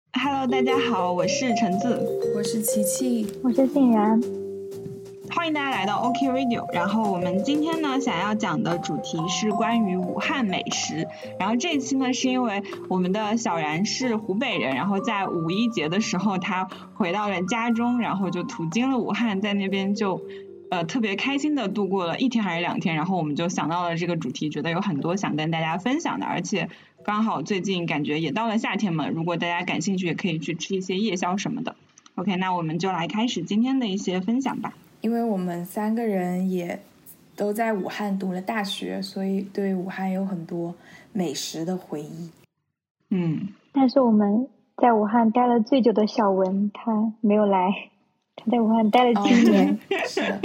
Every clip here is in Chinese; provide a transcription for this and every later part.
Hello， 大家好，我是橙子， 我是琪琪， 我是欣然， 欢迎大家来到 OK Radio。然后我们今天呢，想要讲的主题是关于武汉美食。然后这一期呢，是因为我们的小然是湖北人，然后在五一节的时候，他回到了家中，然后就途经了武汉，在那边就特别开心的度过了1天还是2天。然后我们就想到了这个主题，觉得有很多想跟大家分享的，而且刚好最近感觉也到了夏天嘛，如果大家感兴趣，也可以去吃一些夜宵什么的。OK， 那我们就来开始今天的一些分享吧。 因为我们3个人也都在武汉读了大学，所以对武汉有很多美食的回忆。 但是我们在武汉待了最久的小文他没有来，他在武汉待了7年。 是的。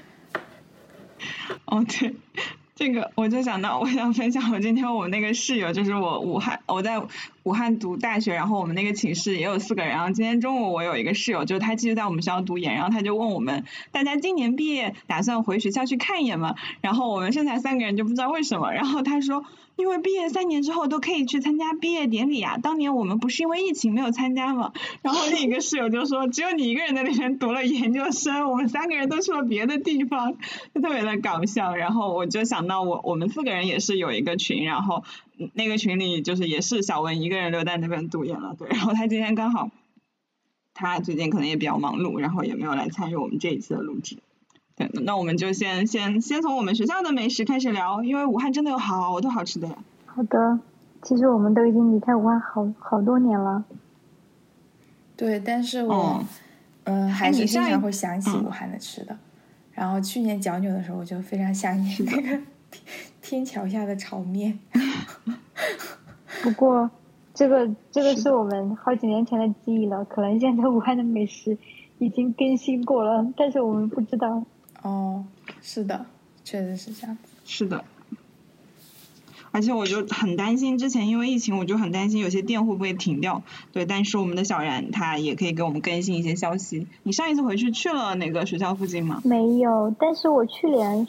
哦，对，这个我就想到，我想分享我今天我那个室友，就是我在武汉读大学，然后我们那个寝室也有4个人。然后今天中午我有一个室友，就是他继续在我们学校读研，然后他就问我们大家今年毕业打算回学校去看一眼吗？然后我们剩下3个人就不知道为什么，然后他说因为毕业3年之后都可以去参加毕业典礼啊，当年我们不是因为疫情没有参加吗？然后另一个室友就说只有你一个人在那边读了研究生，我们3个人都去了别的地方，就特别的搞笑。然后我就想到我们4个人也是有一个群，然后那个群里就是也是小文一个人留在那边读研了，对，然后他今天刚好他最近可能也比较忙碌，然后也没有来参与我们这一次的录制。对，那我们就先从我们学校的美食开始聊，因为武汉真的有好多好吃的呀。 好的，其实我们都已经离开武汉好多年了。 对，但是我还是经常会想起武汉的吃的。然后去年脚扭的时候，我就非常想念那个天桥下的炒面。 不过这个是我们好几年前的记忆了，可能现在武汉的美食已经更新过了，但是我们不知道。 哦，是的，确实是这样子。 是的，而且我就很担心，之前因为疫情，我就很担心有些店会不会停掉。对，但是我们的小然他也可以给我们更新一些消息。你上一次回去了哪个学校附近吗？ 没有，但是我去年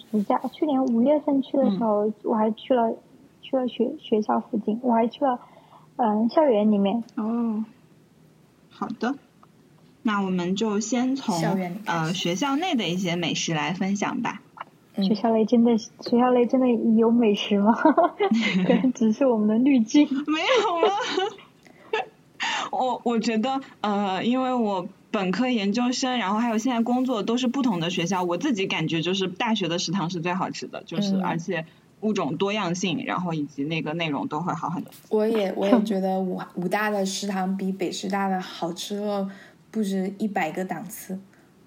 5月份去的时候，我还去了学校附近，我还去了校园里面。 哦，好的。那我们就先从学校内的一些美食来分享吧。 学校内真的有美食吗？可能只是我们的滤镜。 没有吗？我觉得因为我本科研究生，然后还有现在工作都是不同的学校，我自己感觉就是大学的食堂是最好吃的，就是而且物种多样性，然后以及那个内容都会好很多。 我也觉得武大的食堂比北师大的好吃了不止100个档次。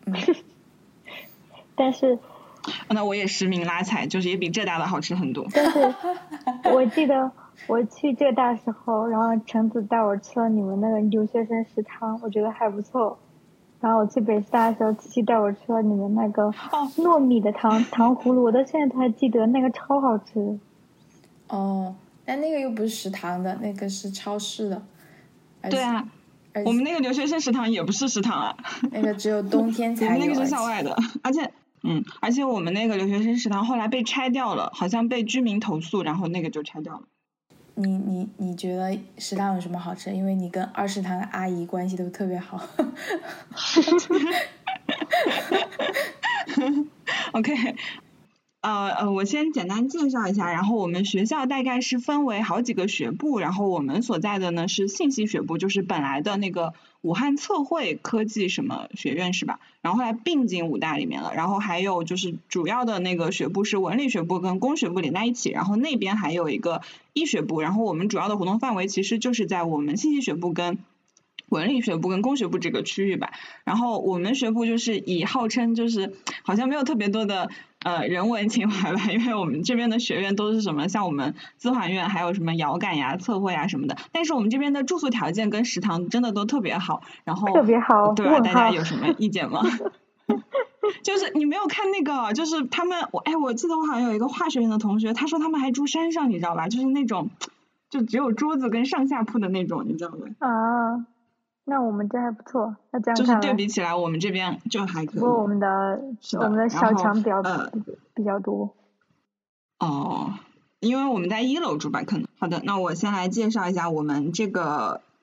但是那我也实名拉踩，就是也比浙大的好吃很多。 但是我记得我去浙大时候，然后橙子带我吃了你们那个留学生食堂，我觉得还不错。然后我去北师大的时候，琪琪带我吃了你们那个糯米的糖葫芦，我到现在都还记得，那个超好吃。 哦，但那个又不是食堂的，那个是超市的。 对啊，我们那个留学生食堂也不是食堂啊， 那个只有冬天才有。 我们那个是校外的，而且我们那个留学生食堂后来被拆掉了，好像被居民投诉，然后那个就拆掉了。 你觉得食堂有什么好吃？因为你跟2食堂的阿姨关系都特别好。 OK， 我先简单介绍一下，然后我们学校大概是分为好几个学部，然后我们所在的呢是信息学部，就是本来的那个武汉测绘科技什么学院是吧？然后后来并进武大里面了，然后还有就是主要的那个学部是文理学部跟工学部连在一起，然后那边还有一个医学部，然后我们主要的活动范围其实就是在我们信息学部跟文理学部跟工学部这个区域吧。然后我们学部就是以号称就是好像没有特别多的人文情怀吧，因为我们这边的学院都是什么像我们资环院还有什么遥感呀测绘呀什么的，但是我们这边的住宿条件跟食堂真的都特别好，然后特别好， 对吧？大家有什么意见吗？就是你没有看那个，就是他们我记得我好像有一个化学院的同学，他说他们还住山上，你知道吧？就是那种就只有桌子跟上下铺的那种，你知道吗？ 啊，那我们这还不错。那这样就是对比起来，我们这边就还可以。 不过我们的小墙比较多。 哦，因为我们在1楼住吧，可能。好的，那我先来介绍一下我们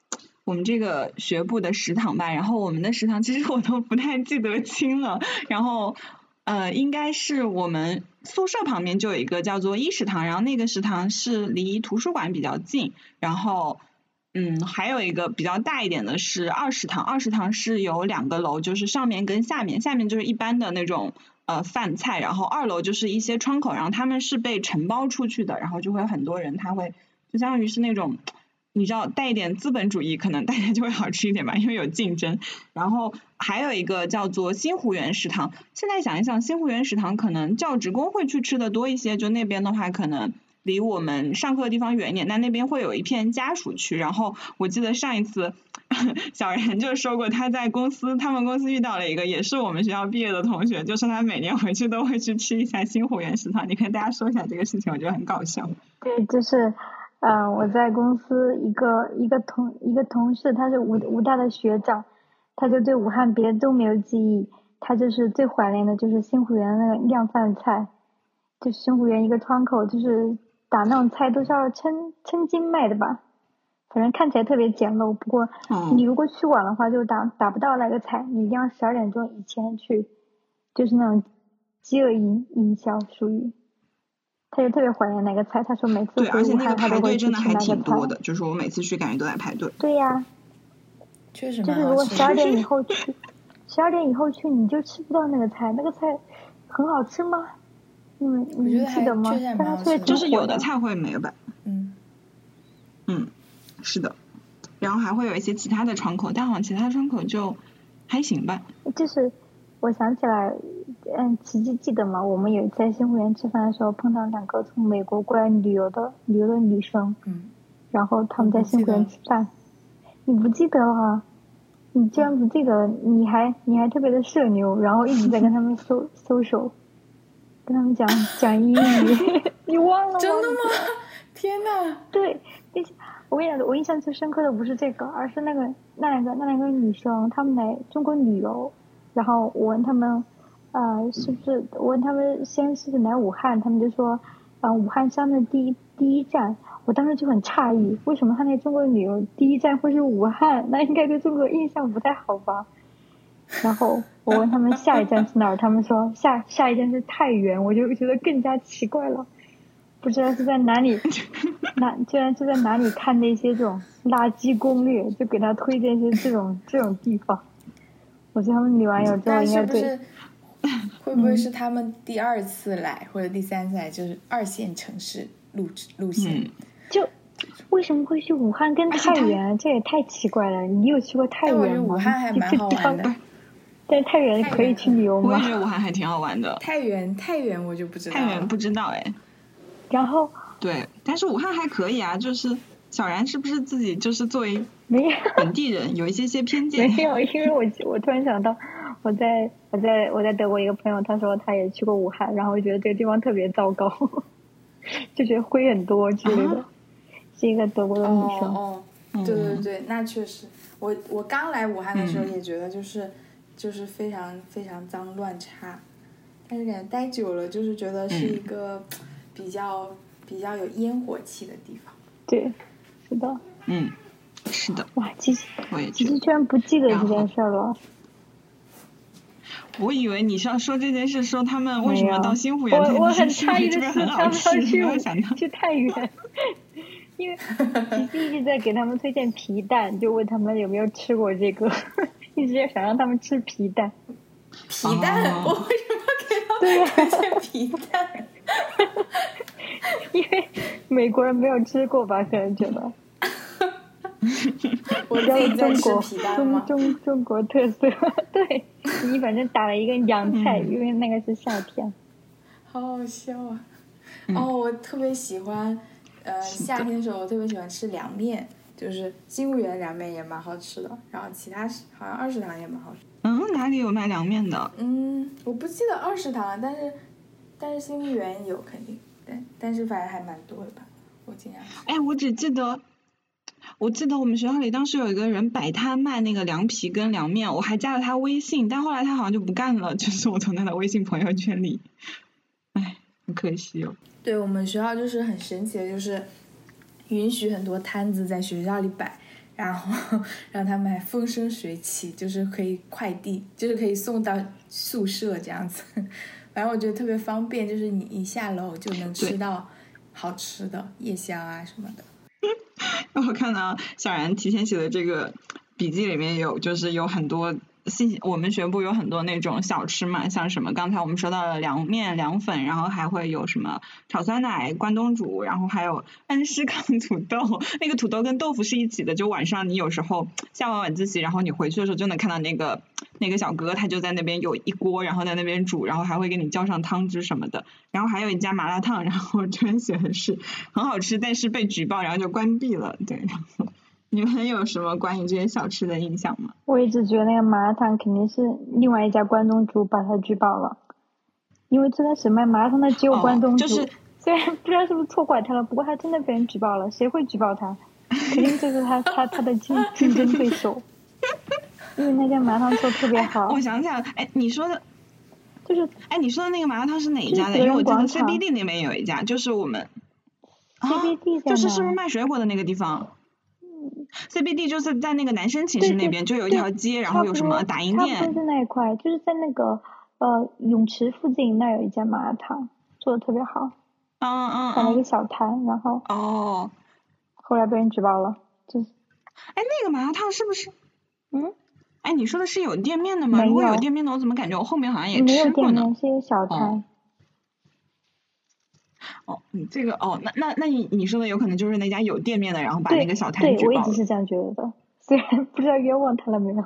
我们这个学部的食堂吧，然后我们的食堂其实我都不太记得清了，然后应该是我们宿舍旁边就有一个叫做一食堂，然后那个食堂是离图书馆比较近，然后还有一个比较大一点的是二食堂，二食堂是有2个楼，就是上面跟下面，下面就是一般的那种饭菜，然后2楼就是一些窗口，然后他们是被承包出去的，然后就会很多人他会就相当于是那种你知道带一点资本主义，可能大家就会好吃一点吧，因为有竞争。然后还有一个叫做新湖园食堂，现在想一想新湖园食堂可能教职工会去吃的多一些，就那边的话可能离我们上课的地方远一点，但那边会有一片家属区。然后我记得上一次小然就说过他在他们公司遇到了一个也是我们学校毕业的同学，就说他每年回去都会去吃一下新湖园食堂。你跟大家说一下这个事情，我觉得很搞笑。 对，就是我在公司一个同事，他是武大的学长，他就对武汉别的都没有记忆，他就是最怀念的就是新湖园那个量贩菜，就是新湖园一个窗口，就是打那种菜都是要称斤卖的吧，反正看起来特别简陋。不过你如果去晚的话就打不到那个菜，你一定要12点钟以前去，就是那种饥饿营销属于。他就特别怀念那个菜，他说每次回武汉他都会去吃那个菜。对，而且那个排队真的还挺多的，就是我每次去感觉都在排队。 对呀， 确实就是如果12点以后去，12点以后去你就吃不到那个菜，那个菜很好吃吗？你记得吗？但它就是有的菜会没有吧。是的，然后还会有一些其他的窗口，但好像其他窗口就还行吧。 就是我想起来，琪琪记得吗？我们有在新湖园吃饭的时候碰到2个从美国过来旅游的女生，然后他们在新湖园吃饭。你不记得啊？你居然不记得？你还特别的社牛，然后一直在跟他们搜手，跟他们讲英语，你忘了吗？ 真的吗？天哪！ 对，我跟你讲，我印象最深刻的不是这个，而是那两个女生，她们来中国旅游，然后我问他们，我问他们先是来武汉，他们就说，武汉是他们第一站，我当时就很诧异，为什么他来中国旅游第一站会是武汉？那应该对中国印象不太好吧？然后我问他们下一站是哪儿，他们说下一站是太原，我就觉得更加奇怪了。不知道是在哪里，居然是在哪里看那些这种垃圾攻略，就给他推荐一些这种地方。我觉得他们旅完游之后应该对。 会不会是他们第2次来或者第3次来，就是2线城市路线？ 就为什么会去武汉跟太原？这也太奇怪了。你有去过太原吗？ 我觉得武汉还蛮好玩的。 但是太原可以去旅游吗？ 我也觉得武汉还挺好玩的。 太原我就不知道。 太原不知道哎。 然后对，但是武汉还可以啊，就是小然是不是自己就是作为本地人有一些偏见？ 没有，因为我突然想到，我在德国一个朋友，他说他也去过武汉，然后我觉得这个地方特别糟糕，就觉得灰很多之类的。是一个德国的女生。 对，那确实，我刚来武汉的时候也觉得就是非常非常脏乱差，但是感觉待久了就是觉得是一个比较有烟火气的地方。 对，是的。 是的。 哇，其实居然不记得这件事了。 我以为你是要说这件事，说他们为什么到新湖园才我很诧异的是他们要去太原，因为琪琪一直在给他们推荐皮蛋，就问他们有没有吃过这个，一直想让他们吃皮蛋。 皮蛋？我为什么给他们推荐皮蛋？ 因为美国人没有吃过吧，可能觉得。 我自己在吃皮蛋吗？ 中国特色，对，你反正打了一个洋菜，因为那个是夏天。 好好笑啊！我特别喜欢，夏天的时候我特别喜欢吃凉面，就是新湖园凉面也蛮好吃的，然后其他好像2食堂也蛮好吃。 哪里有卖凉面的？ 我不记得2食堂了，但是新湖园有肯定，但是反正还蛮多的吧，我经常吃。 我记得我们学校里当时有一个人摆摊卖那个凉皮跟凉面，我还加了他微信，但后来他好像就不干了，就是我从他的微信朋友圈里，很可惜哦。 对，我们学校就是很神奇的，就是允许很多摊子在学校里摆， 然后让他们还风生水起，就是可以快递，就是可以送到宿舍这样子。反正我觉得特别方便，就是你一下楼就能吃到好吃的夜宵啊什么的。 我看到小然提前写的这个笔记里面就是有很多我们学部有很多那种小吃嘛，像什么刚才我们说到了凉面、凉粉，然后还会有什么炒酸奶、关东煮，然后还有恩施康土豆，那个土豆跟豆腐是一起的，就晚上你有时候下完晚自习，然后你回去的时候就能看到那个小哥他就在那边有一锅，然后在那边煮，然后还会给你浇上汤汁什么的。然后还有一家麻辣烫，然后这边写的是很好吃，但是被举报然后就关闭了。对，然后你们有什么关于这些小吃的印象吗？ 我一直觉得那个麻辣烫肯定是另外一家关东煮把它举报了，因为最开始卖麻辣烫的只有关东煮，虽然不知道是不是错怪他了，不过他真的被人举报了，谁会举报他？肯定就是他的竞争对手，因为那家麻辣烫做特别好。 我想起来了，你说的你说的那个麻辣烫是哪一家的？ 因为我记得 CBD 那边有一家，就是我们 CBD 就是是不是卖水果的那个地方？CBD 就是在那个男生寝室那边，就有一条街，然后有什么打印店。 差不多是那一块，就是在那个泳池附近那有一家麻辣烫，做的特别好。摆了一个小摊，然后后来被人举报了，就是。 那个麻辣烫是不是？你说的是有店面的吗？如果有店面的，我怎么感觉我后面好像也吃过呢？ 没有店面，是一个小摊。 你这个那你说的有可能就是那家有店面的，然后把那个小摊举报了。 对，我一直是这样觉得的，虽然不知道冤枉他了没有。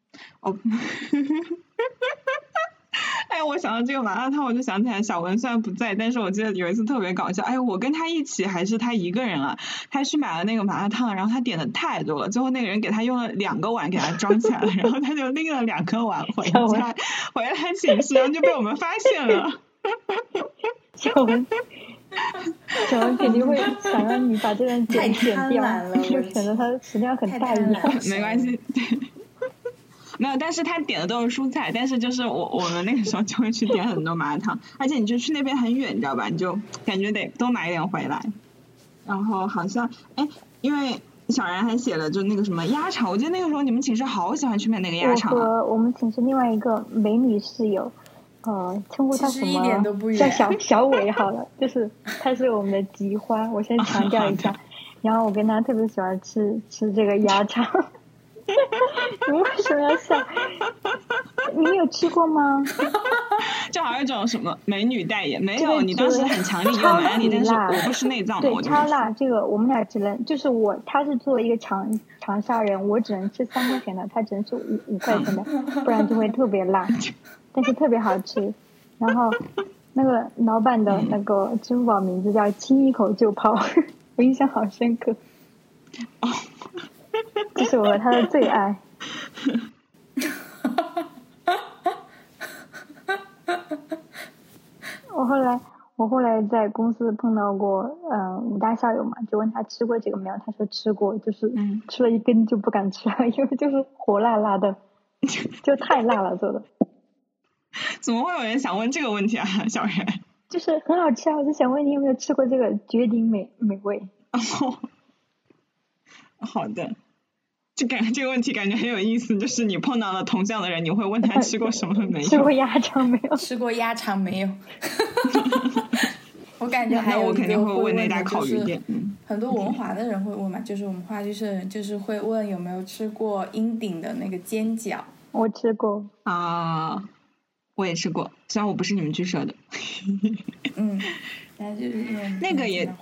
我想到这个麻辣烫，我就想起来小文虽然不在，但是我记得有一次特别搞笑。我跟他一起还是他一个人啊？他去买了那个麻辣烫，然后他点的太多了，最后那个人给他用了2个碗给他装起来了，然后他就拎了2个碗回来寝室，然后就被我们发现了。 小文肯定会想让你把这人剪掉，就显得他食量很大一样。 没关系。没有，但是他点的都是蔬菜，但是就是我们那个时候就会去点很多麻辣烫，而且你就去那边很远，你知道吧？你就感觉得多买一点回来。然后好像因为小然还写了就那个什么鸭肠，我记得那个时候你们寝室好喜欢去买那个鸭肠。 我和我们寝室另外一个美女室友，称呼她什么？叫小伟好了，就是她是我们的菊花，我先强调一下。然后我跟她特别喜欢吃这个鸭肠。你为什么要笑？你有吃过吗？ 就好像一种什么美女代言，没有，你当时很强力，有买你，但是我不吃内脏的， 对，超辣。这个我们俩只能，就是他是作为一个长沙人，我只能吃3块钱的，他只能吃5块钱的，不然就会特别辣，但是特别好吃。然后那个老板的那个支付宝名字叫亲一口就泡，我印象好深刻。这是我和他的最爱。我后来在公司碰到过武大校友嘛，就问他吃过这个没有，他说吃过，就是吃了1根就不敢吃了，因为就是火辣辣的，就太辣了做的。 怎么会有人想问这个问题啊，小人？ 就是很好吃啊，我就想问你有没有吃过这个绝顶美味。 好的。就感觉这个问题感觉很有意思，就是你碰到了同乡的人，你会问他吃过什么没有？ 吃过鸭肠没有？ 吃过鸭肠没有？我感觉还有我肯定会问那家烤鱼店。 很多文华的人会问嘛，就是我们话就是会问有没有吃过鹰鼎的那个煎饺。 我吃过啊，我也吃过，虽然我不是你们剧社的。 但是因为那个也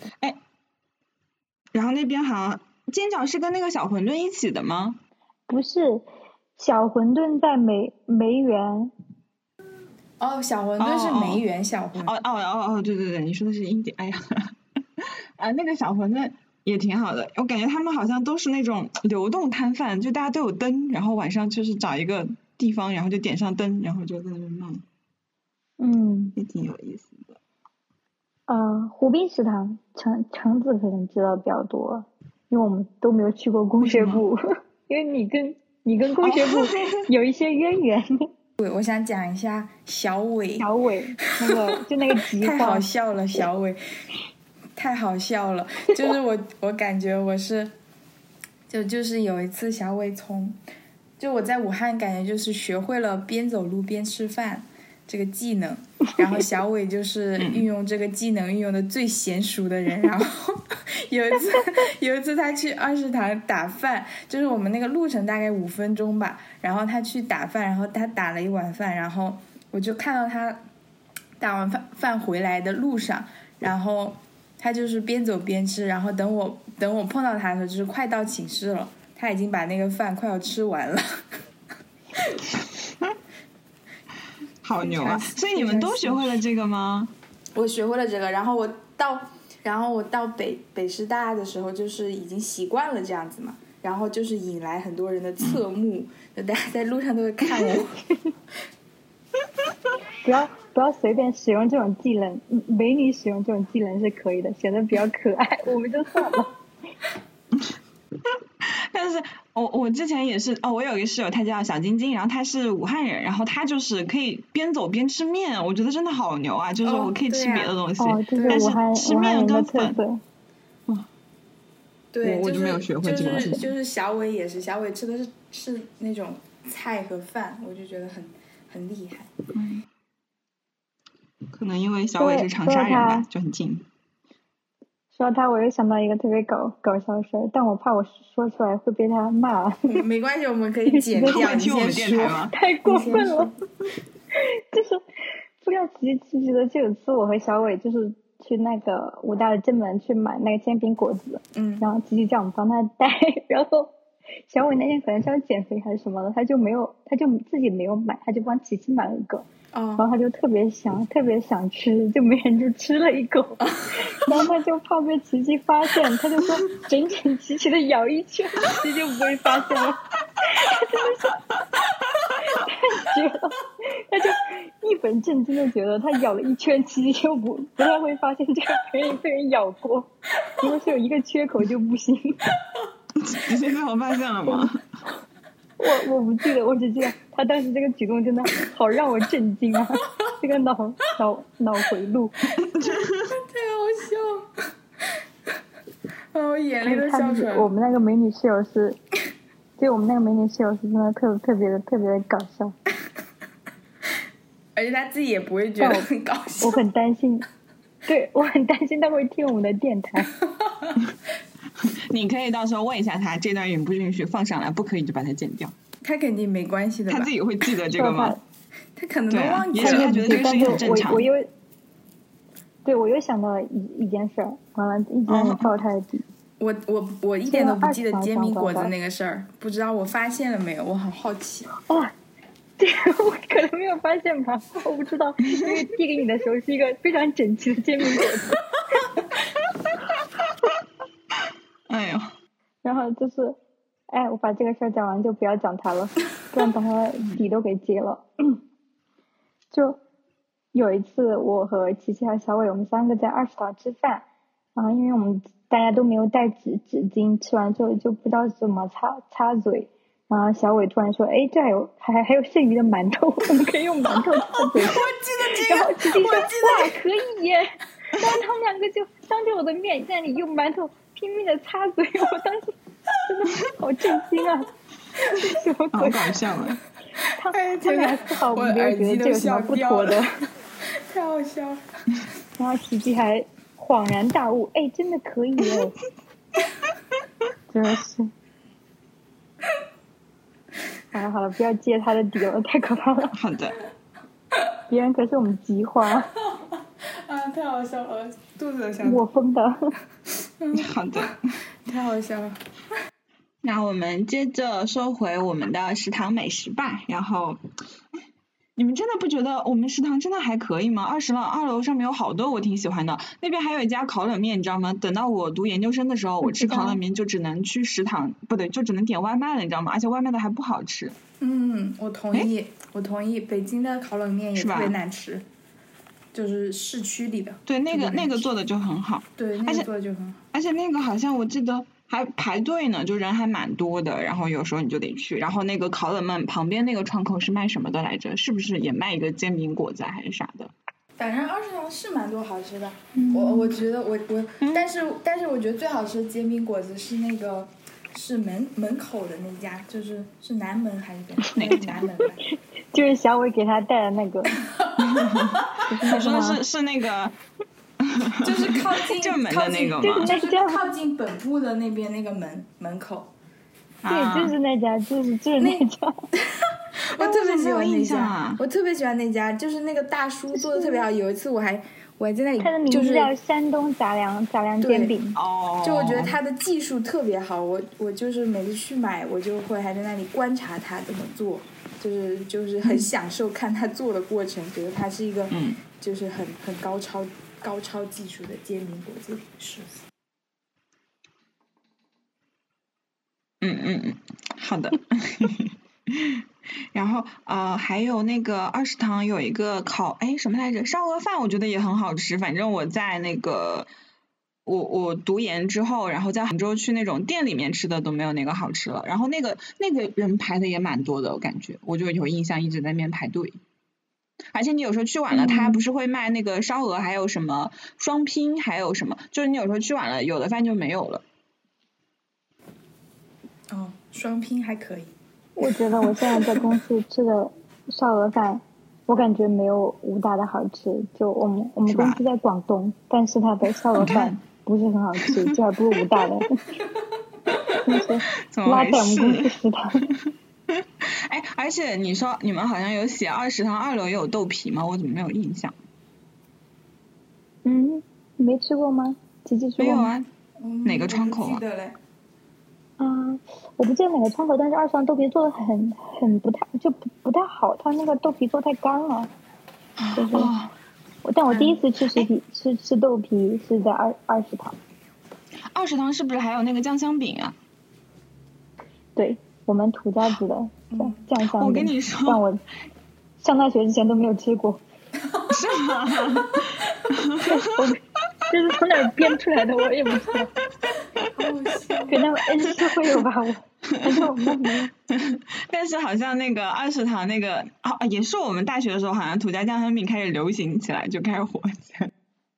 然后那边好像。煎饺是跟那个小馄饨一起的吗？ 不是，小馄饨在梅园。 小馄饨是梅园小馄饨。 对，你说的是鹰鼎。哎呀，那个小馄饨也挺好的，我感觉他们好像都是那种流动摊贩，就大家都有灯，然后晚上就是找一个地方，然后就点上灯，然后就在那边卖。也挺有意思的。 湖滨食堂，橙子可能知道比较多。因为我们都没有去过工学部，因为你跟工学部有一些渊源。 我想讲一下小伟那个就那个菊花太好笑了，小伟太好笑了，就是我感觉我是就是有一次小伟就我在武汉感觉就是学会了边走路边吃饭这个技能，然后小伟就是运用这个技能运用的最娴熟的人。然后有一次他去二食堂打饭，就是我们那个路程大概5分钟吧，然后他去打饭，然后他打了一碗饭，然后我就看到他打完饭回来的路上，然后他就是边走边吃，然后等我碰到他的时候就是快到寝室了，他已经把那个饭快要吃完了。 好牛啊！所以你们都学会了这个吗？ 我学会了这个，然后我到北师大的时候就是已经习惯了这样子嘛，然后就是引来很多人的侧目，就大家在路上都会看我。 不要随便使用这种技能，美女使用这种技能是可以的，显得比较可爱，我们就算了。 但是我之前也是我有一个室友，他叫小晶晶，然后他是武汉人，然后他就是可以边走边吃面，我觉得真的好牛啊！就是我可以吃别的东西，但是吃面跟粉。 对， 我就没有学会这个事情。 就是小伟也是，小伟吃的是那种菜和饭，我就觉得很厉害。 可能因为小伟是长沙人吧，就很近。 说到他，我又想到一个特别搞笑的事儿，但我怕我说出来会被他骂。 没关系，我们可以剪掉。 你先说。 太过分了。就是不知道记不记得，就有次我和小伟就是去那个武大的正门去买那个煎饼果子，然后琪琪叫我们帮他带，然后小伟那天可能是要减肥还是什么的，他就自己没有买，他就帮琪琪买了一个。然后他就特别想吃，就没人就吃了一口，然后他就怕被琪琪发现，他就说整整齐齐的咬一圈，琪琪就不会发现了。他真的是太绝了，他就一本正经的觉得他咬了一圈，琪琪就不太会发现这个被人咬过，如果是有一个缺口就不行。 你现在我发现了吗？ 我不记得，我只记得他当时这个举动真的好让我震惊啊！这个脑回路， 太好笑了，我眼泪都笑出来了。 我们那个美女室友是真的特别的搞笑， 而且他自己也不会觉得很搞笑。 我很担心他会听我们的电台。 你可以到时候问一下他，这段允不允许放上来，不可以就把它剪掉。 他肯定没关系的吧？ 他自己会记得这个吗？ 他可能都忘记了。也许他觉得这个事情很正常。 我又想到一件事儿，完了一直在爆他的底。 我一点都不记得煎饼果子那个事儿，不知道我发现了没有？我很好奇。 这个我可能没有发现吧，我不知道，因为递给你的时候是一个非常整齐的煎饼果子。 哎呦， 然后就是，我把这个事儿讲完就不要讲他了，不然把他底都给揭了。就有一次，我和琪琪和小伟，我们3个在二食堂吃饭，然后因为我们大家都没有带纸巾，吃完之后就不知道怎么擦嘴，然后小伟突然说：“这还有剩余的馒头，我们可以用馒头擦嘴。” 我记得这个， 然后琪琪说：“哇，可以耶！”然后他们2个就当着我的面在那里用馒头拼命的擦嘴，我当时真的好震惊啊！ 好搞笑啊！ 他们俩丝毫没有觉得这有什么不妥的， 太好笑了。 然后琪琪还恍然大悟，真的可以耶！真的是。好了，不要揭他的底了，太可怕了。 好的。 别人可是我们吉花。 太好笑了，肚子都想我疯的。 好的， 太好笑了。 那我们接着说回我们的食堂美食吧。然后，你们真的不觉得我们食堂真的还可以吗？2楼上面有好多我挺喜欢的，那边还有一家烤冷面，你知道吗？等到我读研究生的时候，我吃烤冷面就只能去食堂，不对，就只能点外卖了，你知道吗？而且外卖的还不好吃。 我同意，北京的烤冷面也特别难吃。就是市区里的， 对，那个做的就很好， 对，那个做的就很好， 而且那个好像我记得还排队呢，就人还蛮多的，然后有时候你就得去，然后那个烤冷面旁边那个窗口是卖什么的来着？是不是也卖一个煎饼果子还是啥的？ 反正二食堂是蛮多好吃的，我觉得但是我觉得最好吃的煎饼果子是那个是门口的那家，是南门还是哪个南门？ 就是小伟给他带的那个。 他说是那个， 就是靠近正门的那个吗？ 就是靠近本部的那边那个门口。 对，就是那家，就是那家。 我特别喜欢那家，我特别喜欢那家，就是那个大叔做的特别好。有一次我还在那里， 他的名字叫山东杂粮煎饼。 哦。 就我觉得他的技术特别好，我就是每次去买，我就会还在那里观察他怎么做，就是很享受看他做的过程，觉得他是一个就是很高超技术的煎饼果子师傅。 好的。然后还有那个20堂有一个什么来着，烧鹅饭，我觉得也很好吃。反正我在那个我读研之后，然后在杭州去那种店里面吃的都没有那个好吃了。然后那个人排的也蛮多的，我感觉我就有印象一直在那边排队。而且你有时候去晚了，他不是会卖那个烧鹅，还有什么双拼，还有什么，就是你有时候去晚了，有的饭就没有了。 哦，双拼还可以。 我觉得我现在在公司吃的烧鹅饭，我感觉没有武大的好吃。就我们公司在广东，但是它的烧鹅饭不是很好吃，就还不如武大的。拉在我们公司食堂。 哎，而且你说你们好像有写20堂2楼也有豆皮吗？我怎么没有印象？ 你没吃过吗？琪琪吃过吗？ 没有啊。哪个窗口啊？ 我不记得哪个窗口，但是20堂豆皮做的很不太好，它那个豆皮做太干了。就是，但我第一次吃豆皮是在20堂。 20堂是不是还有那个酱香饼啊？对， 我们土家子的酱香饼。 我跟你说， 但我上大学之前都没有吃过。 是吗？ 就是从哪儿编出来的，我也不知道。可能是会有吧，反正我们没有。 但是好像那个20堂那个也是我们大学的时候，好像土家酱香饼开始流行起来，就开始火起来。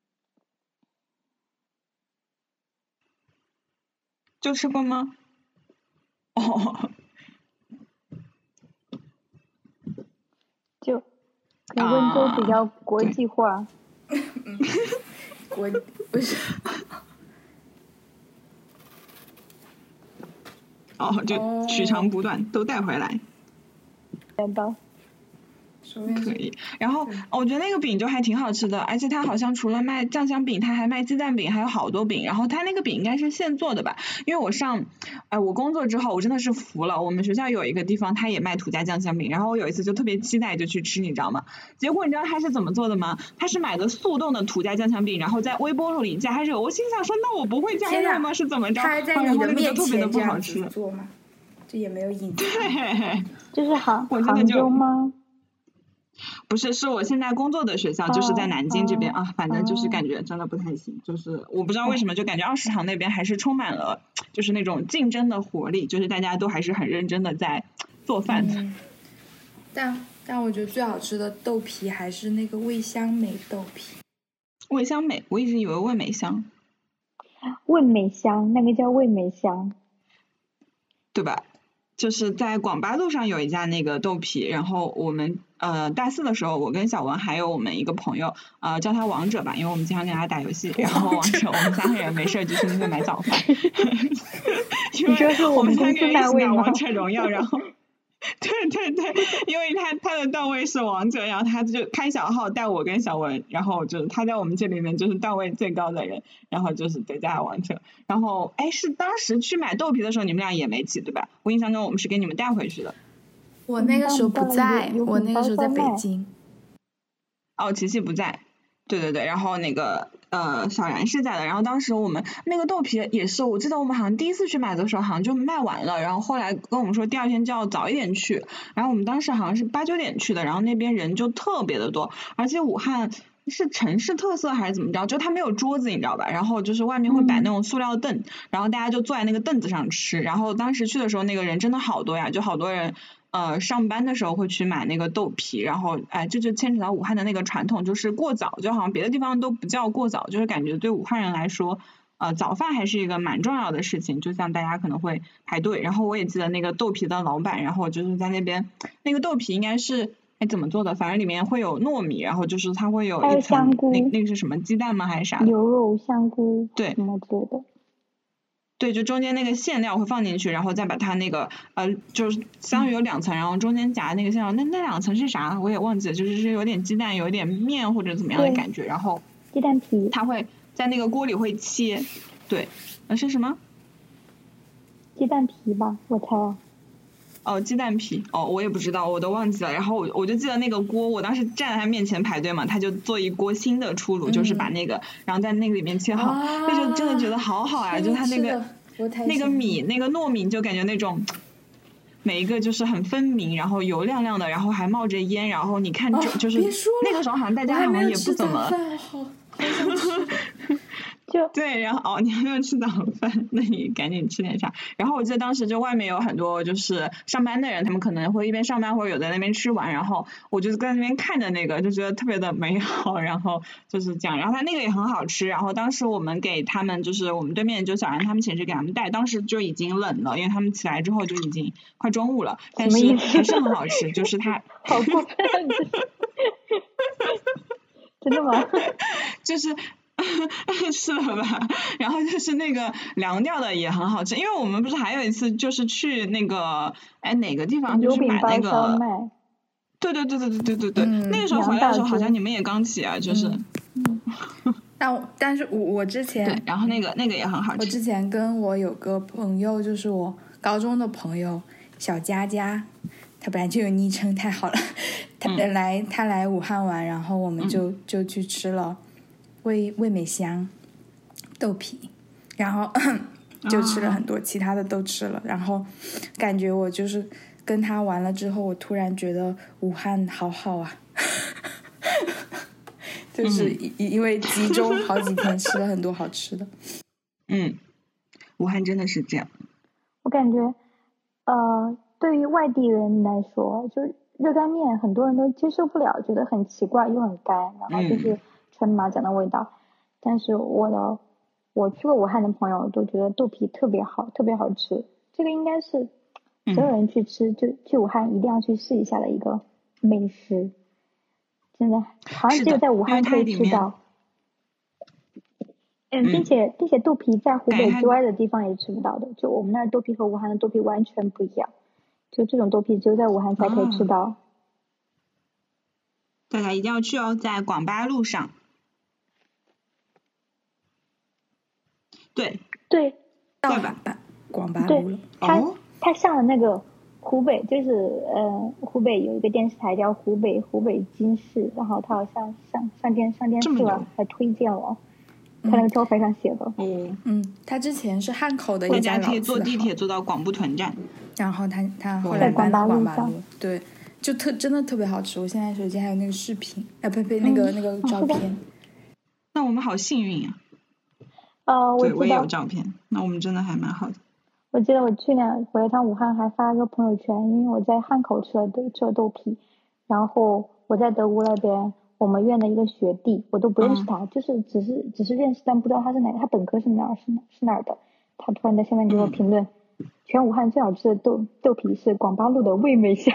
就吃过吗？ 就温州比较国际化。 不是。 就取长补短都带回来。可以，然后我觉得那个饼就还挺好吃的，而且它好像除了卖酱香饼，它还卖鸡蛋饼，还有好多饼。然后它那个饼应该是现做的吧？因为我工作之后，我真的是服了。我们学校有一个地方，它也卖土家酱香饼，然后我有一次就特别期待就去吃，你知道吗？结果你知道它是怎么做的吗？它是买的速冻的土家酱香饼，然后在微波炉里加热。我心想说，那我不会加热吗？是怎么着？ 它还在你的面前不好吃做吗？这也没有隐藏。 对， 就是杭州吗？ 不是，是我现在工作的学校，就是在南京这边反正就是感觉真的不太行，就是我不知道为什么，就感觉20堂那边还是充满了就是那种竞争的活力，就是大家都还是很认真的在做饭的。 但我觉得最好吃的豆皮还是那个味香美豆皮。 味香美，我一直以为味美香。 味美香，那个叫味美香， 对吧？就是在广八路上有一家那个豆皮，然后我们大4的时候，我跟小文还有我们一个朋友叫他王者吧，因为我们经常跟他打游戏，然后王者我们3个人没事就去那边买早饭。因为我们3个人一起打王者荣耀，然后对，因为他的段位是王者，然后他就开小号带我跟小文，然后就是他在我们这里面就是段位最高的人，然后就是对加王者。然后是当时去买豆皮的时候你们俩也没去对吧？我印象中我们是给你们带回去的。 我那个时候不在，我那个时候在北京。 琪琪不在。对，然后那个小然是在的，然后当时我们那个豆皮也是，我记得我们好像第一次去买的时候好像就卖完了，然后后来跟我们说第2天就要早一点去，然后我们当时好像是8、9点去的，然后那边人就特别的多，而且武汉是城市特色还是怎么着，就它没有桌子你知道吧，然后就是外面会摆那种塑料凳，然后大家就坐在那个凳子上吃，然后当时去的时候那个人真的好多呀，就好多人上班的时候会去买那个豆皮，然后这就牵扯到武汉的那个传统，就是过早，就好像别的地方都不叫过早，就是感觉对武汉人来说早饭还是一个蛮重要的事情，就像大家可能会排队。然后我也记得那个豆皮的老板，然后就是在那边，那个豆皮应该是怎么做的？反正里面会有糯米，然后就是它会有一层那个是什么鸡蛋吗？还是啥？ 牛肉、香菇， 对， 什么之类的。 对，就中间那个馅料会放进去，然后再把它那个就是相当于有2层，然后中间夹那个馅料，那2层是啥？我也忘记了，就是有点鸡蛋，有点面或者怎么样的感觉，然后鸡蛋皮， 它会在那个锅里会切，对，是什么？ 鸡蛋皮吧，我猜。 哦，鸡蛋皮，我也不知道，我都忘记了。然后我就记得那个锅，我当时站在他面前排队嘛，他就做一锅新的出炉，就是把那个，然后在那个里面切好，那就真的觉得好好啊，就他那个米那个糯米，就感觉那种每一个就是很分明，然后油亮亮的，然后还冒着烟，然后你看就是那个时候好像大家好像也不怎么。对，然后你还没有吃早饭，那你赶紧吃点啥。然后我记得当时就外面有很多就是上班的人，他们可能会一边上班或者有在那边吃完，然后我就在那边看着那个，就觉得特别的美好，然后就是这样。然后他那个也很好吃，然后当时我们给他们就是我们对面就小然他们寝室给他们带，当时就已经冷了，因为他们起来之后就已经快中午了，但是还是很好吃，就是它好过分真的吗？ 就是是了吧，然后就是那个凉掉的也很好吃，因为我们不是还有一次就是去那个哪个地方就是买那个，对，那个时候回来的时候好像你们也刚起啊，就是， 但是我之前对，然后那个也很好吃。 我之前跟我有个朋友，就是我高中的朋友小佳佳，他本来就有昵称，太好了，他来武汉玩，然后我们就去吃了味美香豆皮，然后就吃了很多，其他的都吃了，然后感觉我就是跟他玩了之后，我突然觉得武汉好好啊就是因为集中好几天吃了很多好吃的。 武汉真的是这样。 我感觉对于外地人来说，就是热干面很多人都接受不了，觉得很奇怪又很干，然后就是纯麻酱的味道。但是我去过武汉的朋友都觉得豆皮特别好，特别好吃。这个应该是所有人去吃就去武汉一定要去试一下的一个美食，真的好像只有在武汉可以吃到。并且豆皮在湖北之外的地方也吃不到的，就我们那儿豆皮和武汉的豆皮完全不一样，就这种豆皮只有在武汉才可以吃到。 大家一定要去哦，在广巴路上。对吧？ 广巴路了。 它上了那个湖北，就是湖北有一个电视台叫湖北经视，然后它好像上电视了，还推荐了。他那个招牌上写的。 他之前是汉口的一家老字号， 大家可以坐地铁坐到广布屯站， 然后他后来搬到广巴路，对，就真的特别好吃。我现在手机还有那个视频，那个照片。 那我们好幸运呀！对，我也有照片，那我们真的还蛮好的。 我记得我去年回了趟武汉，还发了个朋友圈，因为我在汉口吃了豆皮，然后我在德国那边。我们院的一个学弟，我都不认识他，就是只是认识，但不知道他是哪个，他本科是哪儿的。他突然在下面给我评论，全武汉最好吃的豆皮是广巴路的味美香，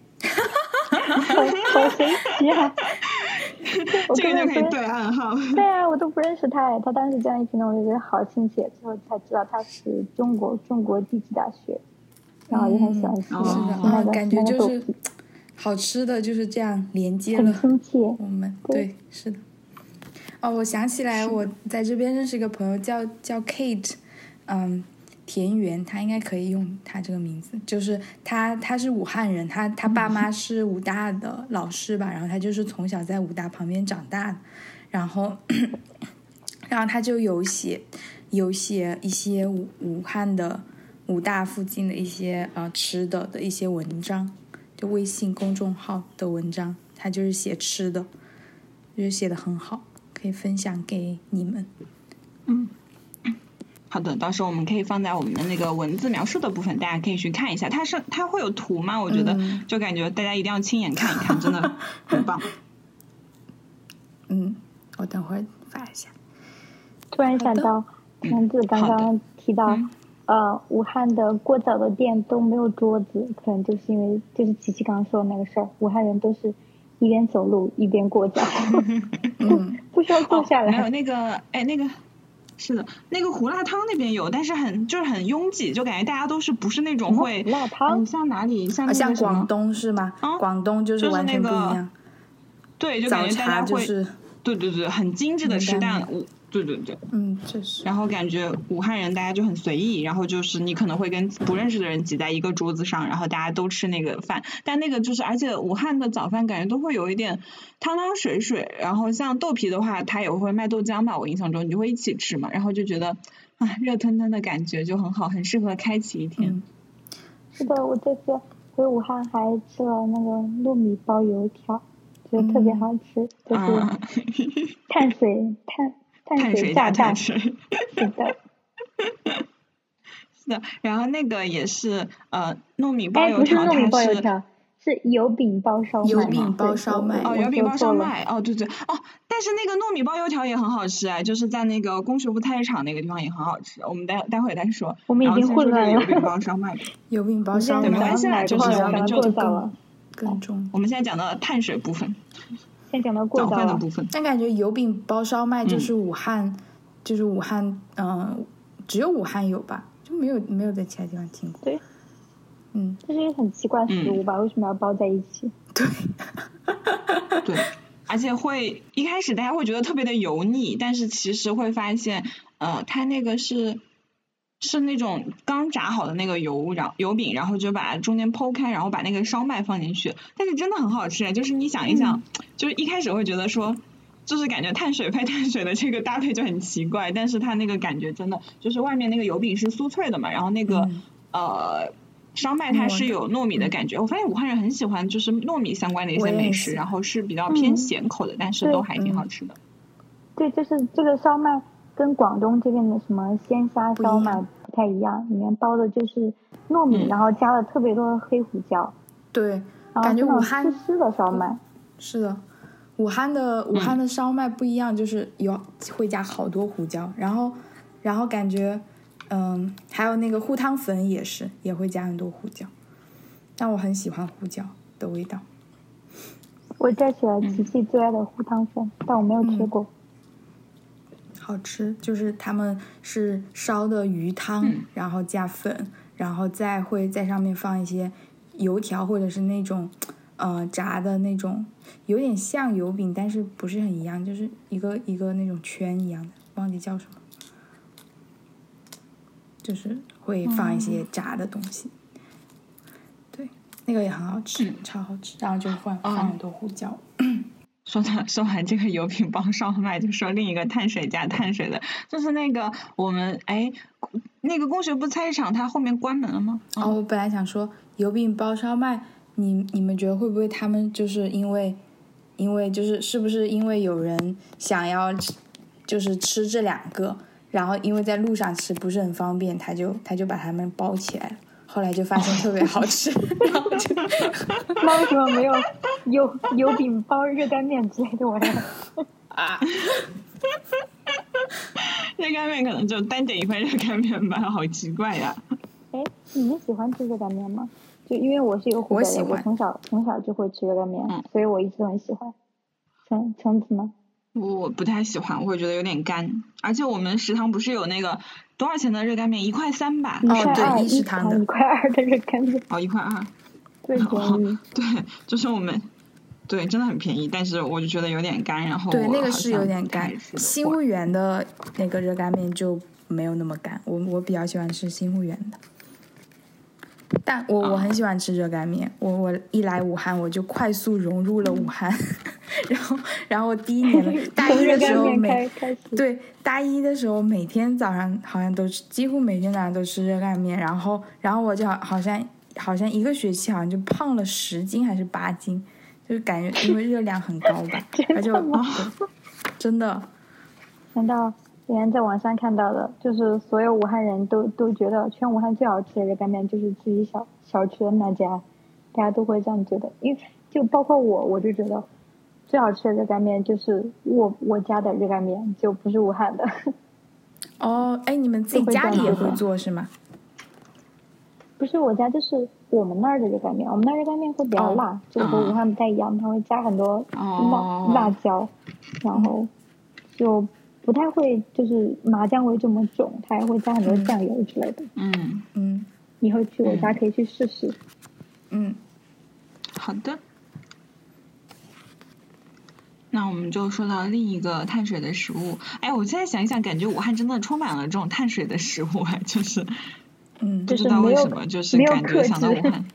好神奇啊！ 这个就可以对暗号。 对啊，我都不认识他，他当时这样一评论，我就觉得好亲切。之后才知道他是中国地质大学，然后也很喜欢吃那个感觉就是好吃的就是这样连接了很亲切我们。对，是的。我想起来我在这边认识一个朋友叫 Kate， 田园，他应该可以用他这个名字，就是他是武汉人，他爸妈是武大的老师吧，然后他就是从小在武大旁边长大的，然后他就有写一些武汉的武大附近的一些吃的一些文章，就微信公众号的文章，他就是写吃的，就是写得很好，可以分享给你们。 好的，到时候我们可以放在我们的那个文字描述的部分，大家可以去看一下。它会有图吗？我觉得就感觉大家一定要亲眼看一看，真的很棒。 我等会儿发一下。 突然想到， 橙子刚刚提到，武汉的过早的店都没有桌子，可能就是因为就是琪琪刚刚说的那个事儿，武汉人都是一边走路一边过早，不需要坐下来。 没有那个，那个是的，那个胡辣汤那边有，但是就是很拥挤，就感觉大家都是不是那种会胡辣汤， 像哪里像那个什么像广东是吗？广东就是完全不一样。 对，就感觉大家会，对，很精致的吃，但对， 确实。 然后感觉武汉人大家就很随意，然后就是你可能会跟不认识的人挤在一个桌子上，然后大家都吃那个饭，但那个就是而且武汉的早饭感觉都会有一点汤汤水水，然后像豆皮的话他也会卖豆浆吧，我印象中你就会一起吃嘛，然后就觉得热腾腾的感觉就很好，很适合开启一天。 是的，我这次回武汉还吃了那个糯米包油条，觉得特别好吃，就是碳水炸弹，是的， 是的，然后那个也是糯米包油条， 不是糯米包油条，是油饼包烧麦。 油饼包烧麦， 油饼包烧麦，对，但是那个糯米包油条也很好吃就是在那个工学部菜市场那个地方也很好吃，我们待会再说。 我们已经混乱了。 油饼包烧麦， 油饼包烧麦， 没关系啦，就是我们就更重。 我们现在讲的碳水部分。 先讲到早饭的部分， 但感觉油饼包烧麦就是武汉，就是武汉，只有武汉有吧，就没有在其他地方听过。 对，这是一个很奇怪的食物吧？为什么要包在一起？ 对， 对，而且会一开始大家会觉得特别的油腻，但是其实会发现，它那个是那种刚炸好的那个油饼，然后就把中间剖开，然后把那个烧麦放进去，但是真的很好吃就是你想一想，就是一开始会觉得说，就是感觉碳水配碳水的这个搭配就很奇怪，但是它那个感觉真的就是外面那个油饼是酥脆的嘛，然后那个烧麦它是有糯米的感觉，我发现武汉人很喜欢就是糯米相关的一些美食，然后是比较偏咸口的，但是都还挺好吃的。 对，就是这个烧麦跟广东这边的什么鲜虾烧麦不太一样，里面包的就是糯米，然后加了特别多的黑胡椒。 对，感觉武汉湿湿的烧麦。 是的，武汉的烧麦不一样，就是会加好多胡椒，然后感觉还有那个糊汤粉也会加很多胡椒，但我很喜欢胡椒的味道。 我摘起了琪琪最爱的糊汤粉，但我没有吃过。 好吃，就是他们是烧的鱼汤，然后加粉，然后再会在上面放一些油条或者是那种炸的那种，有点像油饼，但是不是很一样，就是一个那种圈一样的，忘记叫什么，就是会放一些炸的东西。对，那个也很好吃，超好吃，然后就放很多胡椒。 说完这个油饼包烧麦，就说另一个碳水加碳水的，就是那个我们那个工学部菜市场它后面关门了吗？ 我本来想说油饼包烧麦，你们觉得会不会他们就是因为就是是不是因为有人想要就是吃这两个，然后因为在路上吃不是很方便，他就把它们包起来了。后来就发现特别好吃，然后就那为什么没有油饼包热干面之类的玩意儿？ 热干面可能就单点一份热干面吧，好奇怪呀！ 你们喜欢吃热干面吗？就因为我是一个湖北人，我从小就会吃热干面，所以我一直都很喜欢。橙子呢？ 我不太喜欢，我会觉得有点干，而且我们食堂不是有那个多少钱的热干面？1块3吧？ 对，食堂的 1块2的热干面。 1块2， 最便宜。 对，就是我们，对，真的很便宜，但是我就觉得有点干，然后对那个是有点干。新物园的那个热干面就没有那么干，我比较喜欢吃新物园的。但我很喜欢吃热干面，我一来武汉我就快速融入了武汉，然后第一年大一的时候大一的时候每天早上好像都是几乎每天早上都吃热干面，然后我就好像一个学期好像就胖了10斤还是8斤，就是感觉因为热量很高吧，而且真的。 难道别人在网上看到的，就是所有武汉人都觉得全武汉最好吃的热干面就是自己小区的那家，大家都会这样觉得，因为就包括我就觉得最好吃的热干面就是我家的热干面，就不是武汉的。 哦，哎，你们自己家里也会做是吗？ 不是我家，就是我们那儿的热干面，我们那儿热干面会比较辣，就和武汉不太一样，它会加很多辣椒，然后就不太会就是麻酱味这么重，它还会加很多酱油之类的。以后去我家可以去试试。 好的。那我们就说到另一个碳水的食物。哎，我现在想一想，感觉武汉真的充满了这种碳水的食物，就是。不知道为什么，就是感觉想到武汉。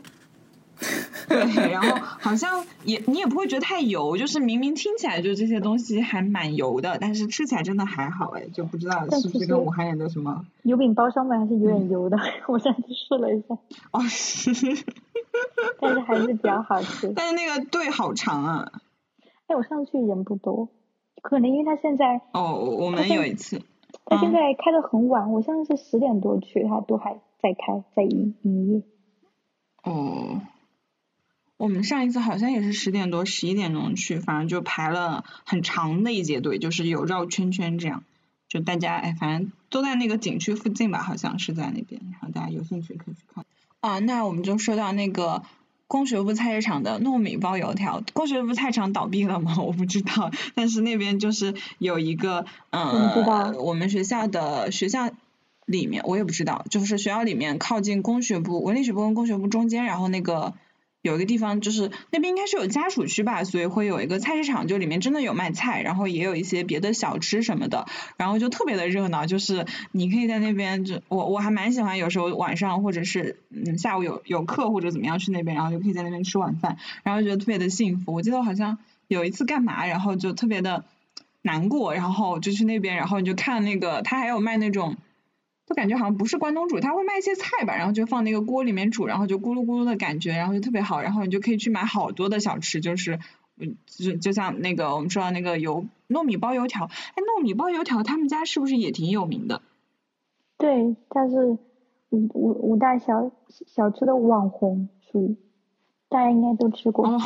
对，然后好像你也不会觉得太油，就是明明听起来就这些东西还蛮油的，但是吃起来真的还好哎，就不知道是不是跟武汉人的什么。 油饼包上面还是有点油的，我上次试了一下。 哦，是。 但是还是比较好吃。 但是那个队好长啊。 哎，我上次去人不多，可能因为他现在。 哦，我们有一次。 他现在开得很晚，我上次是10点多去，他都还在开，在营业。 哦，我们上一次好像也是10点多、11点钟去，反正就排了很长的一节队，就是有绕圈圈这样，就大家反正都在那个景区附近吧，好像是在那边，然后大家有兴趣可以去看。那我们就说到那个工学部菜市场的糯米包油条。工学部菜市场倒闭了吗？我不知道，但是那边就是有一个我们学校里面我也不知道，就是学校里面靠近工学部文理学部跟工学部中间，然后那个有一个地方就是那边应该是有家属区吧，所以会有一个菜市场，就里面真的有卖菜，然后也有一些别的小吃什么的，然后就特别的热闹，就是你可以在那边我还蛮喜欢，有时候晚上或者是下午有课或者怎么样去那边，然后就可以在那边吃晚饭，然后觉得特别的幸福。我记得我好像有一次干嘛，然后就特别的难过，然后就去那边，然后你就看那个他还有卖那种就感觉好像不是关东煮，他会卖一些菜吧，然后就放那个锅里面煮，然后就咕噜咕噜的感觉，然后就特别好，然后你就可以去买好多的小吃，就是就像那个我们说到那个糯米包油条，糯米包油条他们家是不是也挺有名的？ 对，它是五大小吃的网红，属于大家应该都吃过。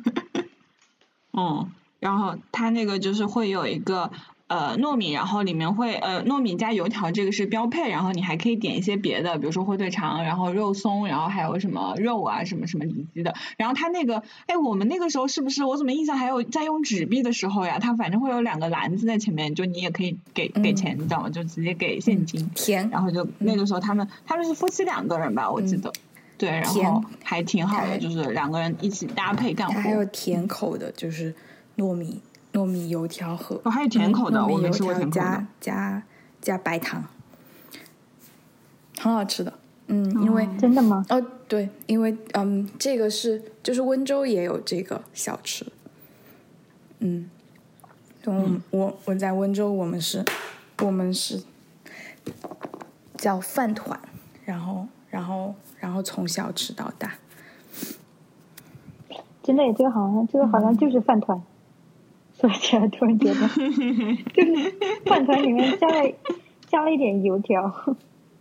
然后它那个就是会有一个糯米，然后里面会糯米加油条，这个是标配，然后你还可以点一些别的，比如说火腿肠，然后肉松，然后还有什么肉啊什么什么里脊的。然后它那个我们那个时候是不是我怎么印象还有在用纸币的时候呀，它反正会有2个篮子在前面，就你也可以给钱，你知道吗？就直接给现金。然后就那个时候他们是夫妻2个人吧，我记得。对，然后还挺好的，就是2个人一起搭配干活。 还有甜口的，就是糯米油条和还有甜口的，我没吃过甜口的。 加白糖，很好吃的。因为真的吗？ 对，因为这个就是温州也有这个小吃。我在温州，我们是叫饭团，然后从小吃到大。 真的，这个好像就是饭团。说起来突然觉得，就是饭团里面加了一点油条。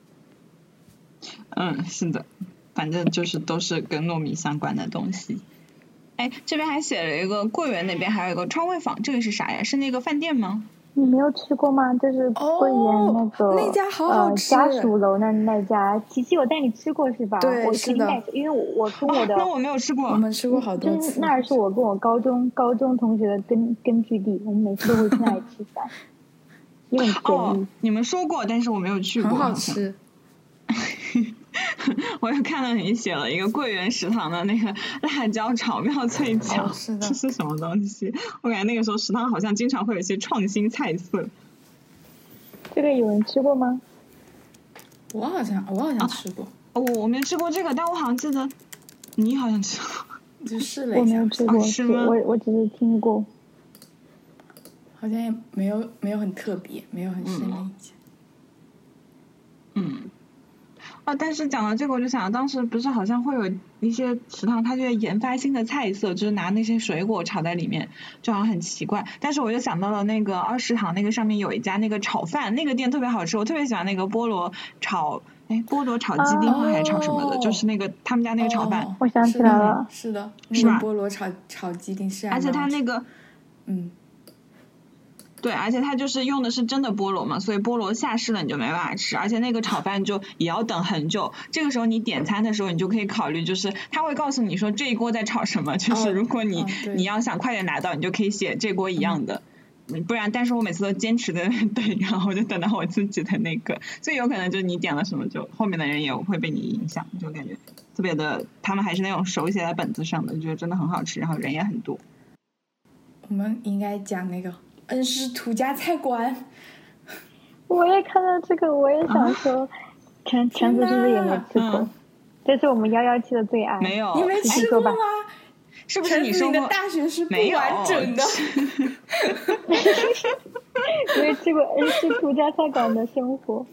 是的，反正就是都是跟糯米相关的东西。这边还写了一个桂园那边还有一个川味坊，这个是啥呀？是那个饭店吗？ 你没有吃过吗？就是桂园那个那家好好吃， 家属楼那家。琪琪，我带你吃过是吧？ 对， 我肯定带，因为我跟我的那我没有吃过， 我们吃过好多次。 那是我跟我高中同学的根据地，我们每次都会去那里吃饭，因为很便宜。 你们说过，但是我没有去过。 很好吃。 我又看到你写了一个桂园食堂的那个辣椒炒妙脆角， 是的， 这是什么东西？我感觉那个时候食堂好像经常会有一些创新菜色。 这个有人吃过吗？ 我好像吃过。 我没吃过这个，但我好像记得你好像吃过。 就试了一下。 我没有吃过， 是吗？ 我只是听过。 好像也没有很特别，没有很深的印象。 但是讲到这个，我就想当时不是好像会有一些食堂，它就会研发新的菜色，就是拿那些水果炒在里面，就好像很奇怪。但是我就想到了那个二食堂那个上面有一家那个炒饭，那个店特别好吃，我特别喜欢那个菠萝炒鸡丁还是炒什么的，就是那个他们家那个炒饭。 我想起来了， 是的， 是吧？ 菠萝炒鸡丁是。 而且他那个对，而且它就是用的是真的菠萝嘛，所以菠萝下市了你就没办法吃，而且那个炒饭就也要等很久。这个时候你点餐的时候，你就可以考虑，就是他会告诉你说这一锅在炒什么，就是如果你要想快点拿到，你就可以写这锅一样的。不然，但是我每次都坚持的对，然后我就等到我自己的那个，所以有可能就是你点了什么，就后面的人也会被你影响，就感觉特别的，他们还是那种手写在本子上的，就觉得真的很好吃，然后人也很多。 我们应该讲那个恩施土家菜馆。 我也看到这个，我也想说，橙子是不是也没吃过？这是我们117的最爱。 没有， 你没吃过吗？ 是不是你说过？你的大学是不完整的。 没吃过恩施土家菜馆的生活。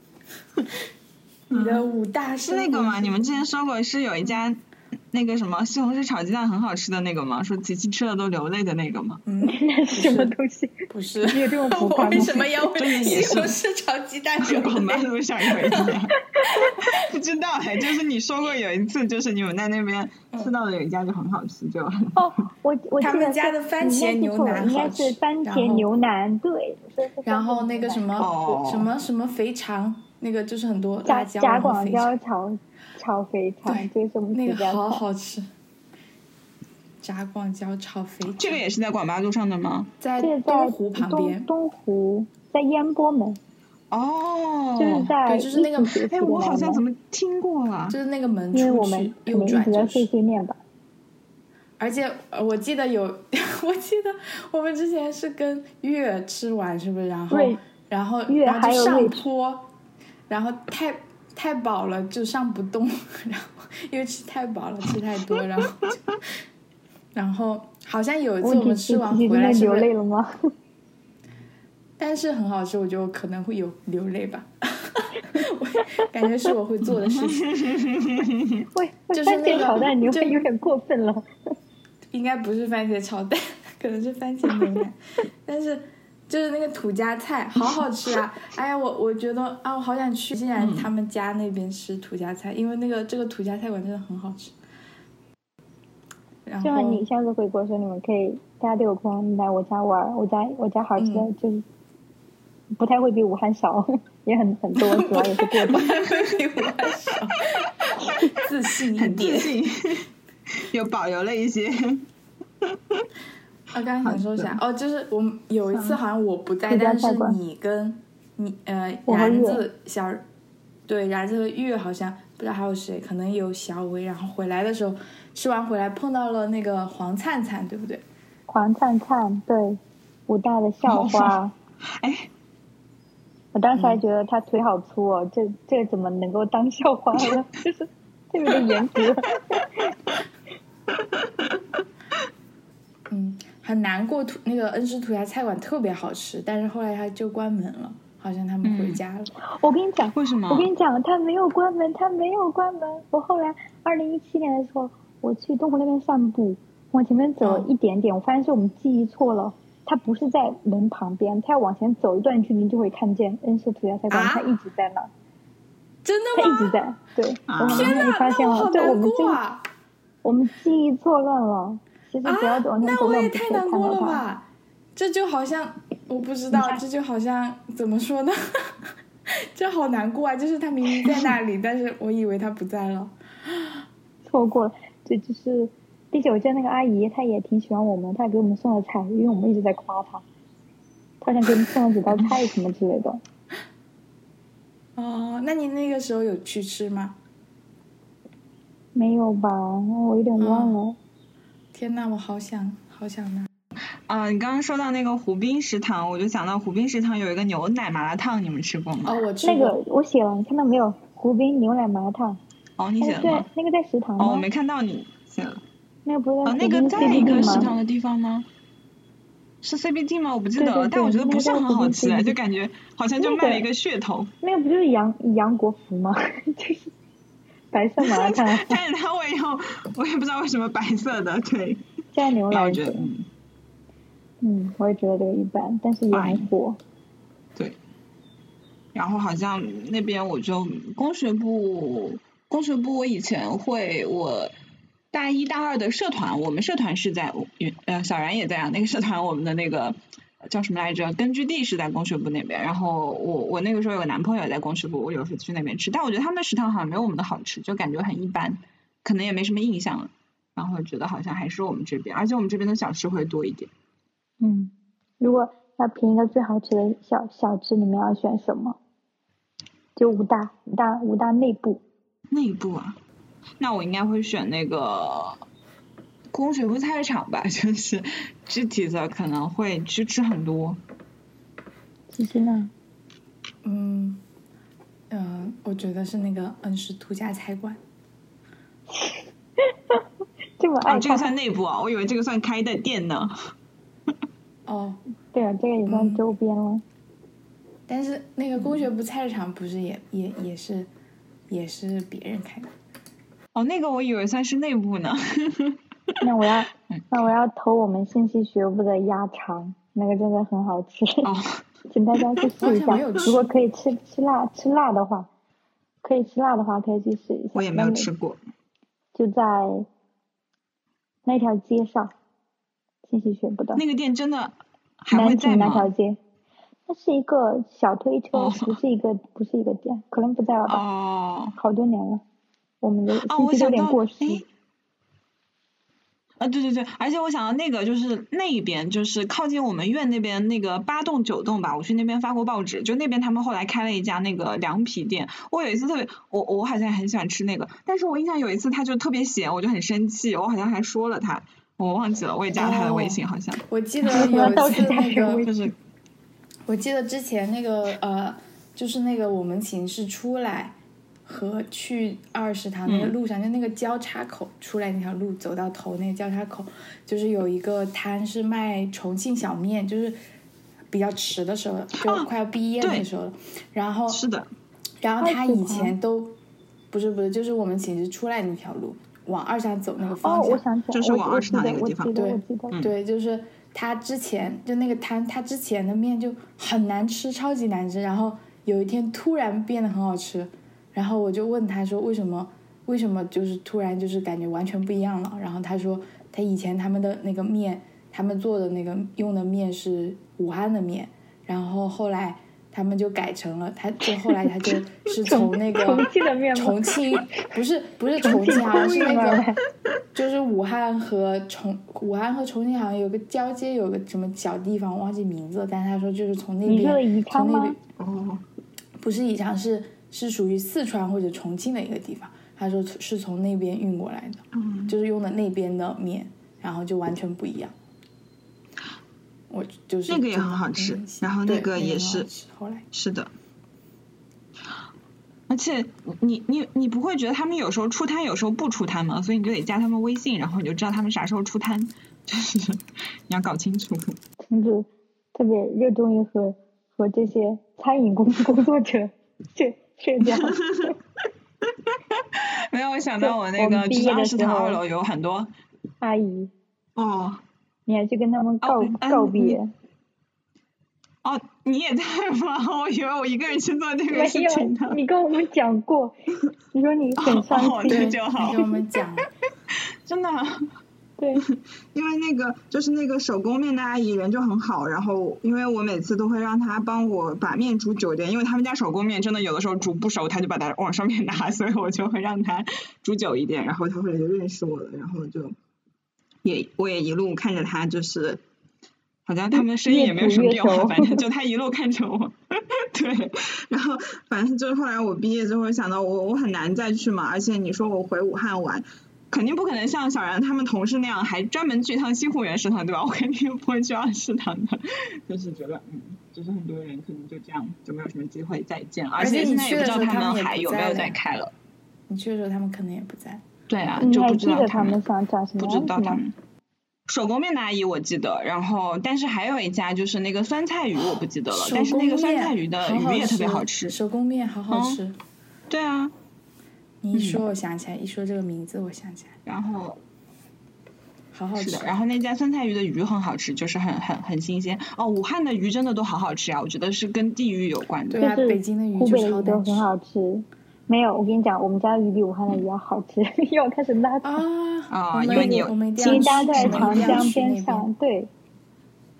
你的5大是那个吗？你们之前说过是有一家那个什么西红柿炒鸡蛋很好吃的那个吗？说琪琪吃了都流泪的那个吗？ 那是什么东西？ 不是， 你有这么浮夸吗？ 我为什么要问西红柿炒鸡蛋流泪？ 广巴路上有一家，不知道就是你说过有一次，就是你们在那边吃到的有一家就很好吃，就我他们家的番茄牛腩应该是番茄牛腩，对。 然后那个什么肥肠，那个就是很多辣椒， 炸广椒炒肥肠，这是我们那个好好吃。炸广椒炒肥肠， 这个也是在广巴路上的吗？ 在东湖旁边。 东湖在烟波门。 哦， 就是在对，就是那个我好像怎么听过啊？ 就是那个门出去，因为我们右转就是。碎碎念吧。 而且我记得我们之前是跟月吃完，是不是？然后就上坡，然后太饱了就上不动，然后因为吃太饱了，吃太多，然后好像有一次我们吃完回来流泪了吗？ 但是很好吃，我觉得我可能会有流泪吧。我感觉是我会做的事情。就是那个炒蛋，你会有点过分了。 应该不是番茄炒蛋，可能是番茄牛腩，但是就是那个土家菜好好吃啊！哎呀，我觉得啊，我好想去竟然他们家那边吃土家菜，因为这个土家菜馆真的很好吃。然后就像你下次回国的时候，你们可以大家都有空来我家玩，我家好吃的就是不太会比武汉少，也很多，主要也是过程。 不太会比武汉少，自信一点。 有保留了一些。 刚刚想说啥？就是我们有一次好像我不在，但是你跟然子然子和月好像不知道还有谁，可能有小伟，然后回来的时候吃完回来碰到了那个黄灿灿，对不对？ 黄灿灿，对，武大的校花。我当时还觉得他腿好粗哦，这怎么能够当校花了？就是特别的严格。 很难过。那个恩施土家菜馆特别好吃，但是后来他就关门了，好像他们回家了。 我跟你讲， 为什么？ 我跟你讲，他没有关门，他没有关门。我后来2017年的时候，我去东湖那边散步，往前面走了一点点，我发现是我们记忆错了。他不是在门旁边，他要往前走一段距离就会看见恩施土家菜馆，他一直在那。 真的吗？ 他一直在，对。 天哪， 发现了， 好难过啊！ 我们记忆错乱了。其实只要往前走， 那我也太难过了吧！这就好像我不知道，这就好像怎么说呢？这好难过啊！就是他明明在那里，但是我以为他不在了， 错过了。这就是，并且我记得那个阿姨，她也挺喜欢我们，她给我们送了菜，因为我们一直在夸她，她好像给我们送了几道菜什么之类的。 那你那个时候有去吃吗？ 没有吧，我有点忘了。 天哪，我好想拿。 你刚刚说到那个湖滨食堂，我就想到湖滨食堂有一个牛奶麻辣烫，你们吃过吗？ 我吃过。 那个我写了，你看到没有？湖滨牛奶麻辣烫。 你写了吗？ 那个在食堂吗？ 我没看到你写了。 那个不是那个在一个食堂的地方吗？是 CBD 吗？我不记得了，但我觉得不是很好吃，就感觉好像就卖了一个噱头。 那个不就是杨国福吗？就是白色麻辣烫。 但是它我也不知道为什么白色的，对。 加牛奶。 我觉得我也觉得这个一般，但是也很火。 对。然后好像那边我就工学部我以前我大1大2的社团，我们社团是在小然也在啊，那个社团我们的那个叫什么来着？根据地是在工学部那边，然后我那个时候有个男朋友也在工学部，我有时候去那边吃，但我觉得他们的食堂好像没有我们的好吃，就感觉很一般，可能也没什么印象了，然后觉得好像还是我们这边，而且我们这边的小吃会多一点。 如果要评一个最好吃的小吃，你们要选什么？就五大内部。 内部啊，那我应该会选那个工学部菜市场吧，就是具体的可能会去吃很多。 其实呢？ 我觉得是那个恩施土家菜馆。 这么爱这个算内部啊？我以为这个算开的店呢。 对啊，这个也算周边了。 但是那个工学部菜市场不是也是别人开的？ 那个我以为算是内部呢。 那我要投我们信息学部的鸭肠，那个真的很好吃。请大家去试一下。如果可以吃辣的话，可以去试一下。 我也没有吃过。 就在那条街上，信息学部的那个店真的还会在吗？ 那条街，它是一个小推车，不是一个店，可能不在了吧。好多年了，我们的信息有点过时。 对，而且我想到那个就是那边就是靠近我们院那边那个8栋9栋吧，我去那边发过报纸，就那边他们后来开了一家那个凉皮店，我有一次我好像很喜欢吃那个，但是我印象有一次他就特别咸，我就很生气，我好像还说了他，我忘记了，我也加了他的微信好像。 我记得有一次那个就是我记得之前那个就是那个我们寝室出来和去2食堂那个路上，就那个交叉口出来那条路走到头那个交叉口，就是有一个摊是卖重庆小面，就是比较迟的时候，就快要毕业的时候，然后是的， 然后他以前都不是，就是我们寝室出来那条路往2食堂走那个方向， 我想起来， 就是往2食堂那个地方， 对，就是他之前就那个摊，他之前的面就很难吃，超级难吃，然后有一天突然变得很好吃。然后我就问他说为什么就是突然就是感觉完全不一样了，然后他说他以前他们的那个面，他们做的那个用的面是武汉的面，然后后来他们就改成了后来他就是从那个重庆不是重庆啊，是那个就是武汉和重庆好像有个交接，有个什么小地方忘记名字了，但是他说就是从那边从那边不是宜昌，是属于四川或者重庆的一个地方，他说是从那边运过来的，就是用的那边的面，然后就完全不一样。我就是那个也很好吃，然后那个也是后来是的。而且你不会觉得他们有时候出摊有时候不出摊吗？所以你就得加他们微信，然后你就知道他们啥时候出摊，就是你要搞清楚。 陈子特别热衷于和这些餐饮工作者社交。 没有，我想到我那个就是2食堂2楼有很多阿姨。 你还去跟他们告别。 你也在吗？我以为我一个人去做这个事情呢。 没有，你跟我们讲过，你说你很伤心。 对，就好。 你跟我们讲。 真的。 对， 因为那个就是那个手工面的阿姨人就很好，然后因为我每次都会让她帮我把面煮久点，因为他们家手工面真的有的时候煮不熟，她就把它往上面拿，所以我就会让她煮久一点，然后她后来就认识我了，然后就我也一路看着她，就是好像他们生意也没有什么变化，反正就她一路看着我。对，然后反正就是后来我毕业之后想到我很难再去嘛，而且你说我回武汉玩肯定不可能像小然他们同事那样还专门去一趟西湖园食堂，对吧？我肯定不会去2食堂的，就是觉得就是很多人可能就这样就没有什么机会再见了，而且现在也不知道他们还有没有再开了。 你去的时候他们可能也不在。 对啊，就不知道他们想长什么样子吗？ 不知道他们手工面的阿姨我记得，然后但是还有一家就是那个酸菜鱼我不记得了，但是那个酸菜鱼的鱼也特别好吃， 手工面好好吃。 对啊， 你一说我想起来，一说这个名字我想起来， 然后好好吃的。然后那家酸菜鱼的鱼很好吃，就是很新鲜。武汉的鱼真的都好好吃啊，我觉得是跟地域有关的。 对啊，北京的鱼湖北的鱼都很好吃。没有，我跟你讲，我们家的鱼比武汉的鱼要好吃，因为我开始拉因为你有新疆在长江边上，对。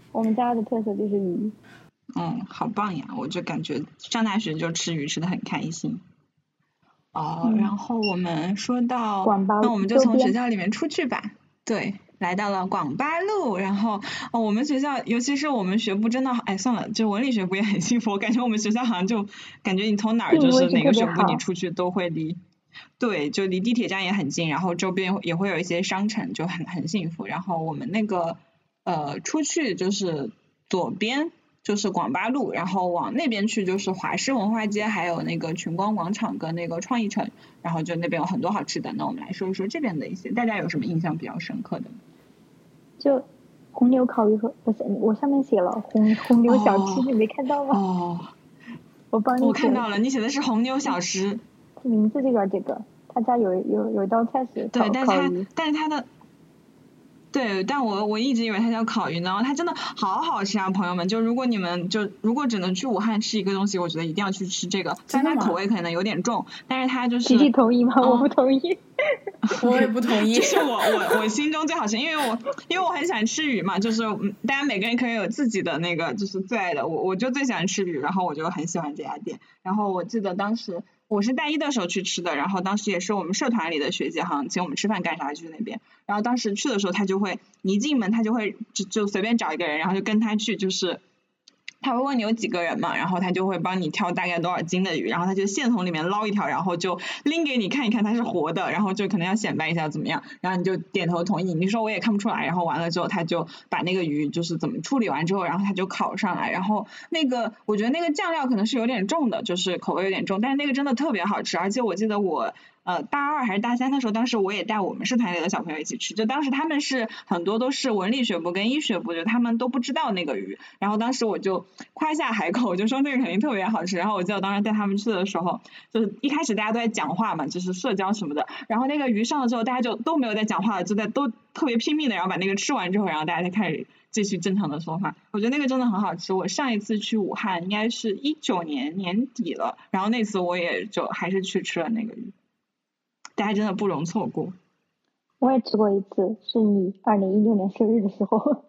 我们家的特色就是鱼。 好棒呀！我就感觉上大学就吃鱼吃的很开心。然后我们说到那我们就从学校里面出去吧。对，来到了广八路，然后我们学校尤其是我们学部真的算了，就文理学部也很幸福，我感觉我们学校好像就感觉你从哪儿就是哪个学部你出去都会对，就离地铁站也很近，然后周边也会有一些商城，就很幸福。然后我们那个出去就是左边就是广八路，然后往那边去就是华师文化街，还有那个群光广场跟那个创意城，然后就那边有很多好吃的。那我们来说一说这边的一些，大家有什么印象比较深刻的？ 就红牛烤鱼和不是，我上面写了红牛小吃，你没看到吗？我帮你写。 我看到了，你写的是红牛小吃。 名字就叫这个，他家有一道菜是烤鱼。 但是他的。对，但我一直以为它叫烤鱼呢，它真的好好吃啊，朋友们！就如果你们如果只能去武汉吃一个东西，我觉得一定要去吃这个。虽然它口味可能有点重，但是它就是。 琪同意吗？我不同意。 我也不同意。 就是我心中最好吃，因为我很喜欢吃鱼嘛，就是大家每个人可以有自己的那个就是最爱的，我就最喜欢吃鱼，然后我就很喜欢这家店。然后我记得当时我是大一的时候去吃的，然后当时也是我们社团里的学姐好像请我们吃饭干啥去那边，然后当时去的时候他就会一进门他就会就随便找一个人，然后就跟他去，就是他会问你有几个人嘛，然后他就会帮你挑大概多少斤的鱼，然后他就现从里面捞一条，然后就拎给你看一看它是活的，然后就可能要显摆一下怎么样，然后你就点头同意，你说我也看不出来，然后完了之后他就把那个鱼就是怎么处理完之后，然后他就烤上来，然后那个我觉得那个酱料可能是有点重的，就是口味有点重，但是那个真的特别好吃，而且我记得我大二还是大三的时候，当时我也带我们社团里的小朋友一起吃，就当时他们是很多都是文理学部跟医学部，就他们都不知道那个鱼，然后当时我就夸下海口，我就说那个肯定特别好吃，然后我记得我当时带他们去的时候，就是一开始大家都在讲话嘛，就是社交什么的，然后那个鱼上了之后，大家就都没有在讲话了，就都特别拼命的，然后把那个吃完之后，然后大家才开始继续正常的说话。我觉得那个真的很好吃，我上一次去武汉应该是19年年底了，然后那次我也就还是去吃了那个鱼。大家真的不容错过。 我也吃过一次，是你2016年生日的时候，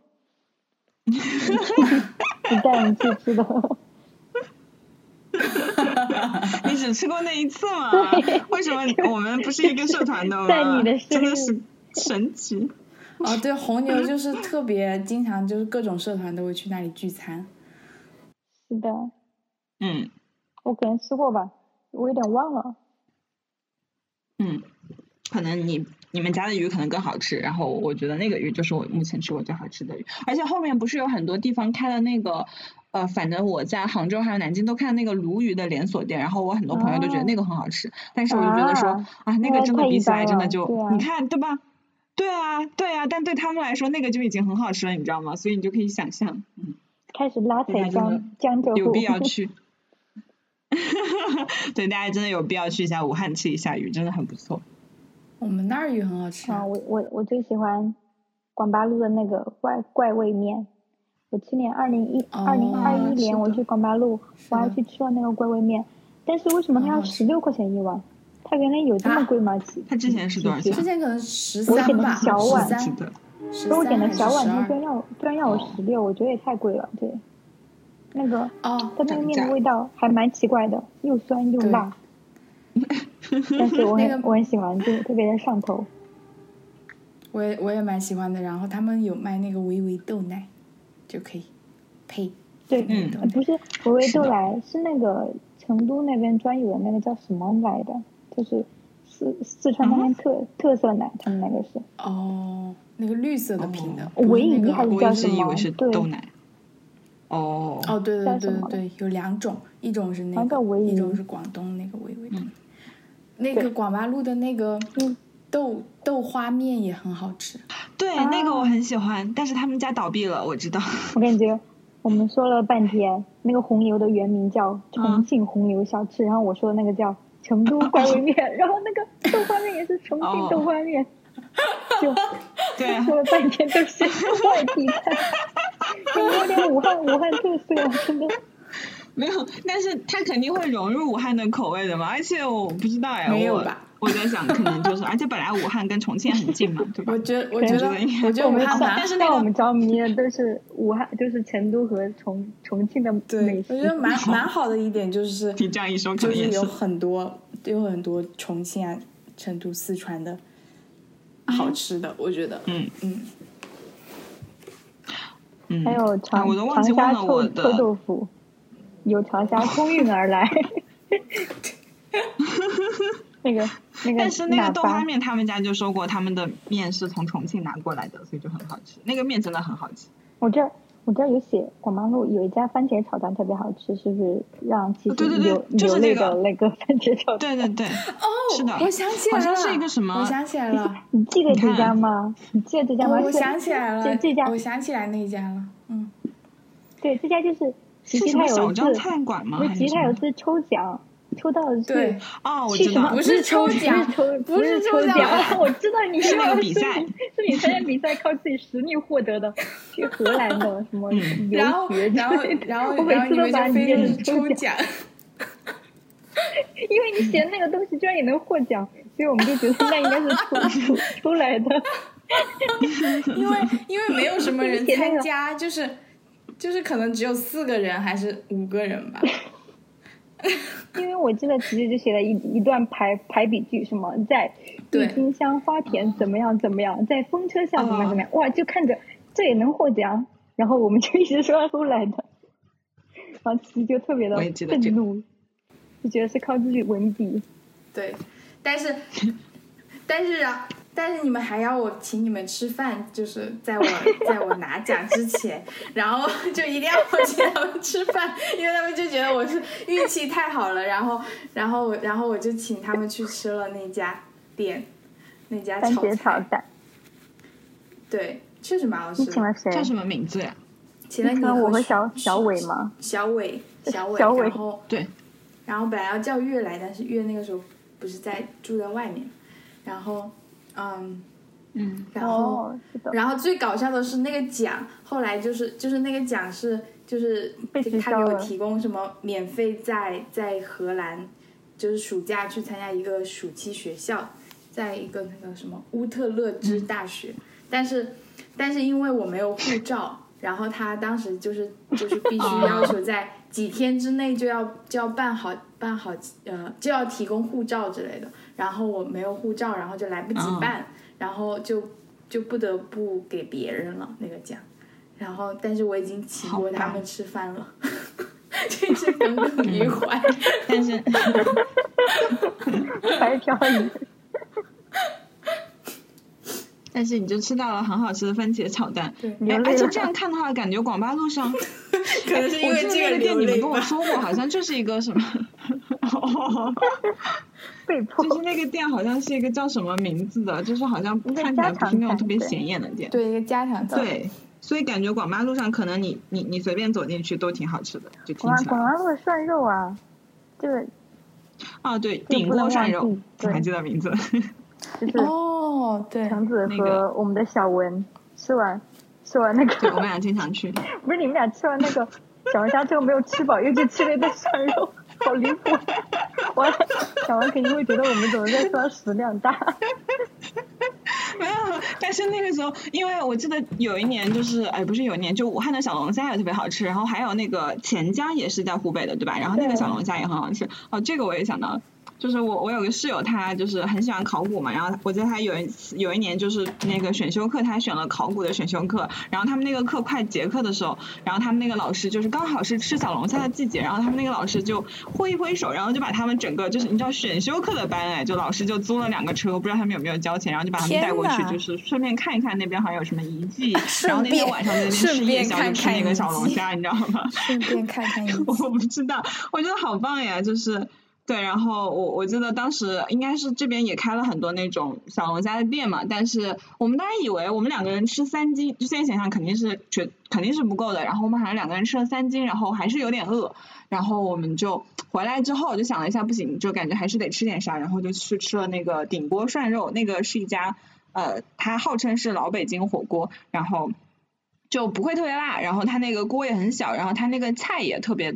你带你去吃的。 你只吃过那一次吗？为什么我们不是一个社团的吗？ 在你的真的是神奇。 对，红牛就是特别经常就是各种社团都会去那里聚餐。 是的。我可能吃过吧，我有点忘了。 可能你们家的鱼可能更好吃，然后我觉得那个鱼就是我目前吃过最好吃的鱼，而且后面不是有很多地方开了那个反正我在杭州还有南京都看那个鲈鱼的连锁店，然后我很多朋友都觉得那个很好吃，但是我就觉得说那个真的比起来真的就你看对吧？对啊，但对他们来说那个就已经很好吃了，你知道吗？所以你就可以想象开始拉踩江浙沪， 有必要去。对，大家真的有必要去一下武汉吃一下鱼，真的很不错。 我们那儿鱼很好吃我最喜欢广八路的那个怪味面。我去年2021年我去广八路，我还去吃了那个怪味面，但是为什么它要16块钱一碗？它原来有这么贵吗？ 它之前是多少钱？ 之前可能13吧。 我点的小碗 ，13， 我点的小碗，它居然要我16，我觉得也太贵了。对，那个它那个面的味道还蛮奇怪的，又酸又辣。但是我很喜欢，就特别的上头。 我也蛮喜欢的，然后他们有卖那个维维豆奶，就可以配。 对，不是维维豆奶，是那个成都那边专有的那个叫什么来的，就是四川那边特色奶，他们那个是。 那个绿色的瓶的。 维怡还是叫什么？ 我以为是豆奶。 对，有2种，一种是那个，一种是广东那个维维豆奶。那个广八路的那个豆花面也很好吃。 对，那个我很喜欢，但是他们家倒闭了，我知道。 我感觉我们说了半天，那个红牛的原名叫重庆红牛小吃，然后我说的那个叫成都怪味面，然后那个豆花面也是重庆豆花面，就对， 说了半天都是外地菜，有点武汉特色，真的。 没有，但是它肯定会融入武汉的口味的嘛，而且我不知道没有吧？ 我在想可能就是，而且本来武汉跟重庆很近嘛，对吧？ 我觉得武汉但是那个我们着迷的都是武汉，就是成都和重庆的美食。 我觉得蛮好的一点就是， 你这样一说， 就是有很多重庆啊、成都、四川的好吃的，我觉得， 还有长沙臭豆腐，由长沙空运而来。那个， 但是那个豆花面，他们家就说过他们的面是从重庆拿过来的，所以就很好吃。那个面真的很好吃。 我这儿有写，广麻路有一家番茄炒蛋特别好吃，是不是让其实流泪的那个番茄炒蛋？ 对。哦，是的， 我想起来了， 好像是一个什么？ 我想起来了， 你记得这家吗？ 我想起来了，这家我想起来那家了。 对，这家就是是什么小张菜馆吗？ 其实他有次抽奖。抽到的是对我知道， 不是抽奖， 不是抽奖，我知道你是那个比赛， 是你参加比赛靠自己实力获得的，去荷兰的什么然后你们就非得抽奖， 因为你写的那个东西居然也能获奖，所以我们就觉得那应该是出来的， 因为没有什么人参加，就是可能只有4个人还是5个人吧。 因为我记得其实就写了一段排比句，什么在郁金香花田怎么样，在风车巷怎么样，哇，就看着这也能获奖，然后我们就一直说出来的，然后其实就特别的愤怒，就觉得是靠自己文笔。 对，但是你们还要我请你们吃饭，就是在我拿奖之前，然后就一定要我请他们吃饭，因为他们就觉得我是运气太好了，然后我就请他们去吃了那家店，那家番茄炒蛋。对， 确实蛮好吃的。 你请了谁？ 叫什么名字呀？ 请了你和我和小伟吗？ 小伟，然后对， 然后本来要叫月来，但是月那个时候不是住在外面，然后。然后最搞笑的是那个奖，后来就是那个奖是就是他给我提供什么免费在荷兰，就是暑假去参加一个暑期学校，在一个那个什么乌特勒支大学，但是因为我没有护照，然后他当时就是必须要求在几天之内就要办好就要提供护照之类的，然后我没有护照，然后就来不及办，然后就不得不给别人了那个奖，然后但是我已经请过他们吃饭了，这是耿耿于怀， 但是白嫖你。 但是你就吃到了很好吃的番茄炒蛋， 对， 而且这样看的话，感觉广巴路上， 可能是因为这个店你们跟我说过，好像就是一个什么， 被迫， 就是那个店好像是一个叫什么名字的，就是好像看起来不是那种特别显眼的店， 对，一个家常菜， 对，所以感觉广巴路上可能你随便走进去都挺好吃的，就听起来。 广巴路的涮肉啊，这个， 对，顶锅涮肉，我还记得名字。 就是对， 橙子和我们的小文吃完那个， 对，我们俩经常去。 不是你们俩吃完那个小龙虾之后没有吃饱，又去吃了一顿涮肉，好离谱！完了，小文肯定会觉得我们怎么在说食量大。 没有，但是那个时候，因为我记得有一年不是有一年，就武汉的小龙虾也特别好吃，然后还有那个钱江也是在湖北的，对吧？然后那个小龙虾也很好吃。这个我也想到了。就是我有个室友，他就是很喜欢考古嘛，然后我记得他有一年就是那个选修课，他选了考古的选修课，然后他们那个课快结课的时候，然后他们那个老师就是刚好是吃小龙虾的季节，然后他们那个老师就挥一挥手，然后就把他们整个就是你知道选修课的班就老师就租了2个车，不知道他们有没有交钱，然后就把他们带过去，就是顺便看一看那边好像有什么遗迹，然后那天晚上在那边吃夜宵就吃那个小龙虾，你知道吗？ 顺便看看遗迹。 我不知道，我觉得好棒呀，就是。对，然后我记得当时应该是这边也开了很多那种小龙虾的店嘛，但是我们当然以为我们2个人吃3斤，就现在想想肯定是不够的，然后我们好像2个人吃了3斤，然后还是有点饿，然后我们就回来之后就想了一下，不行，就感觉还是得吃点啥，然后就去吃了那个顶锅涮肉，那个是一家它号称是老北京火锅，然后就不会特别辣，然后它那个锅也很小，然后它那个菜也特别的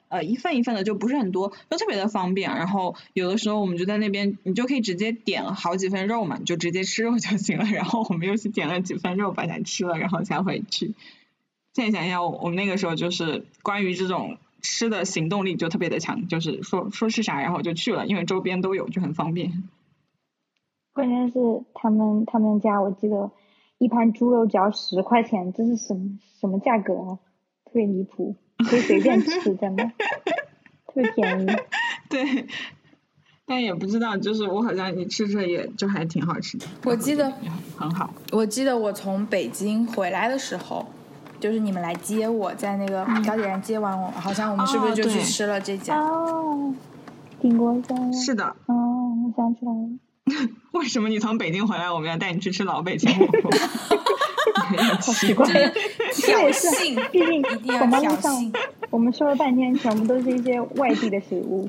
一份一份的，就不是很多，就特别的方便。然后有的时候我们就在那边，你就可以直接点好几份肉嘛，你就直接吃肉就行了。然后我们又去点了几份肉把它吃了，然后才回去。现在想一下，我们那个时候就是关于这种吃的行动力就特别的强，就是说吃啥然后就去了，因为周边都有，就很方便。 关键是他们家我记得一盘猪肉只要10块钱，这是什么价格啊？特别离谱，可以随便吃，真的特别便宜。 对，但也不知道，就是我好像一吃着也就还挺好吃的。 我记得很好。 我记得我从北京回来的时候，就是你们来接我，在那个高铁站接完我，好像我们是不是就去吃了这家？ 哦，顶锅香。 是的。 哦，我想起来了。 为什么你从北京回来，我们要带你去吃老北京火锅？ 好奇怪， 挑衅， 毕竟一定要挑衅。 我们说了半天，全部都是一些外地的食物。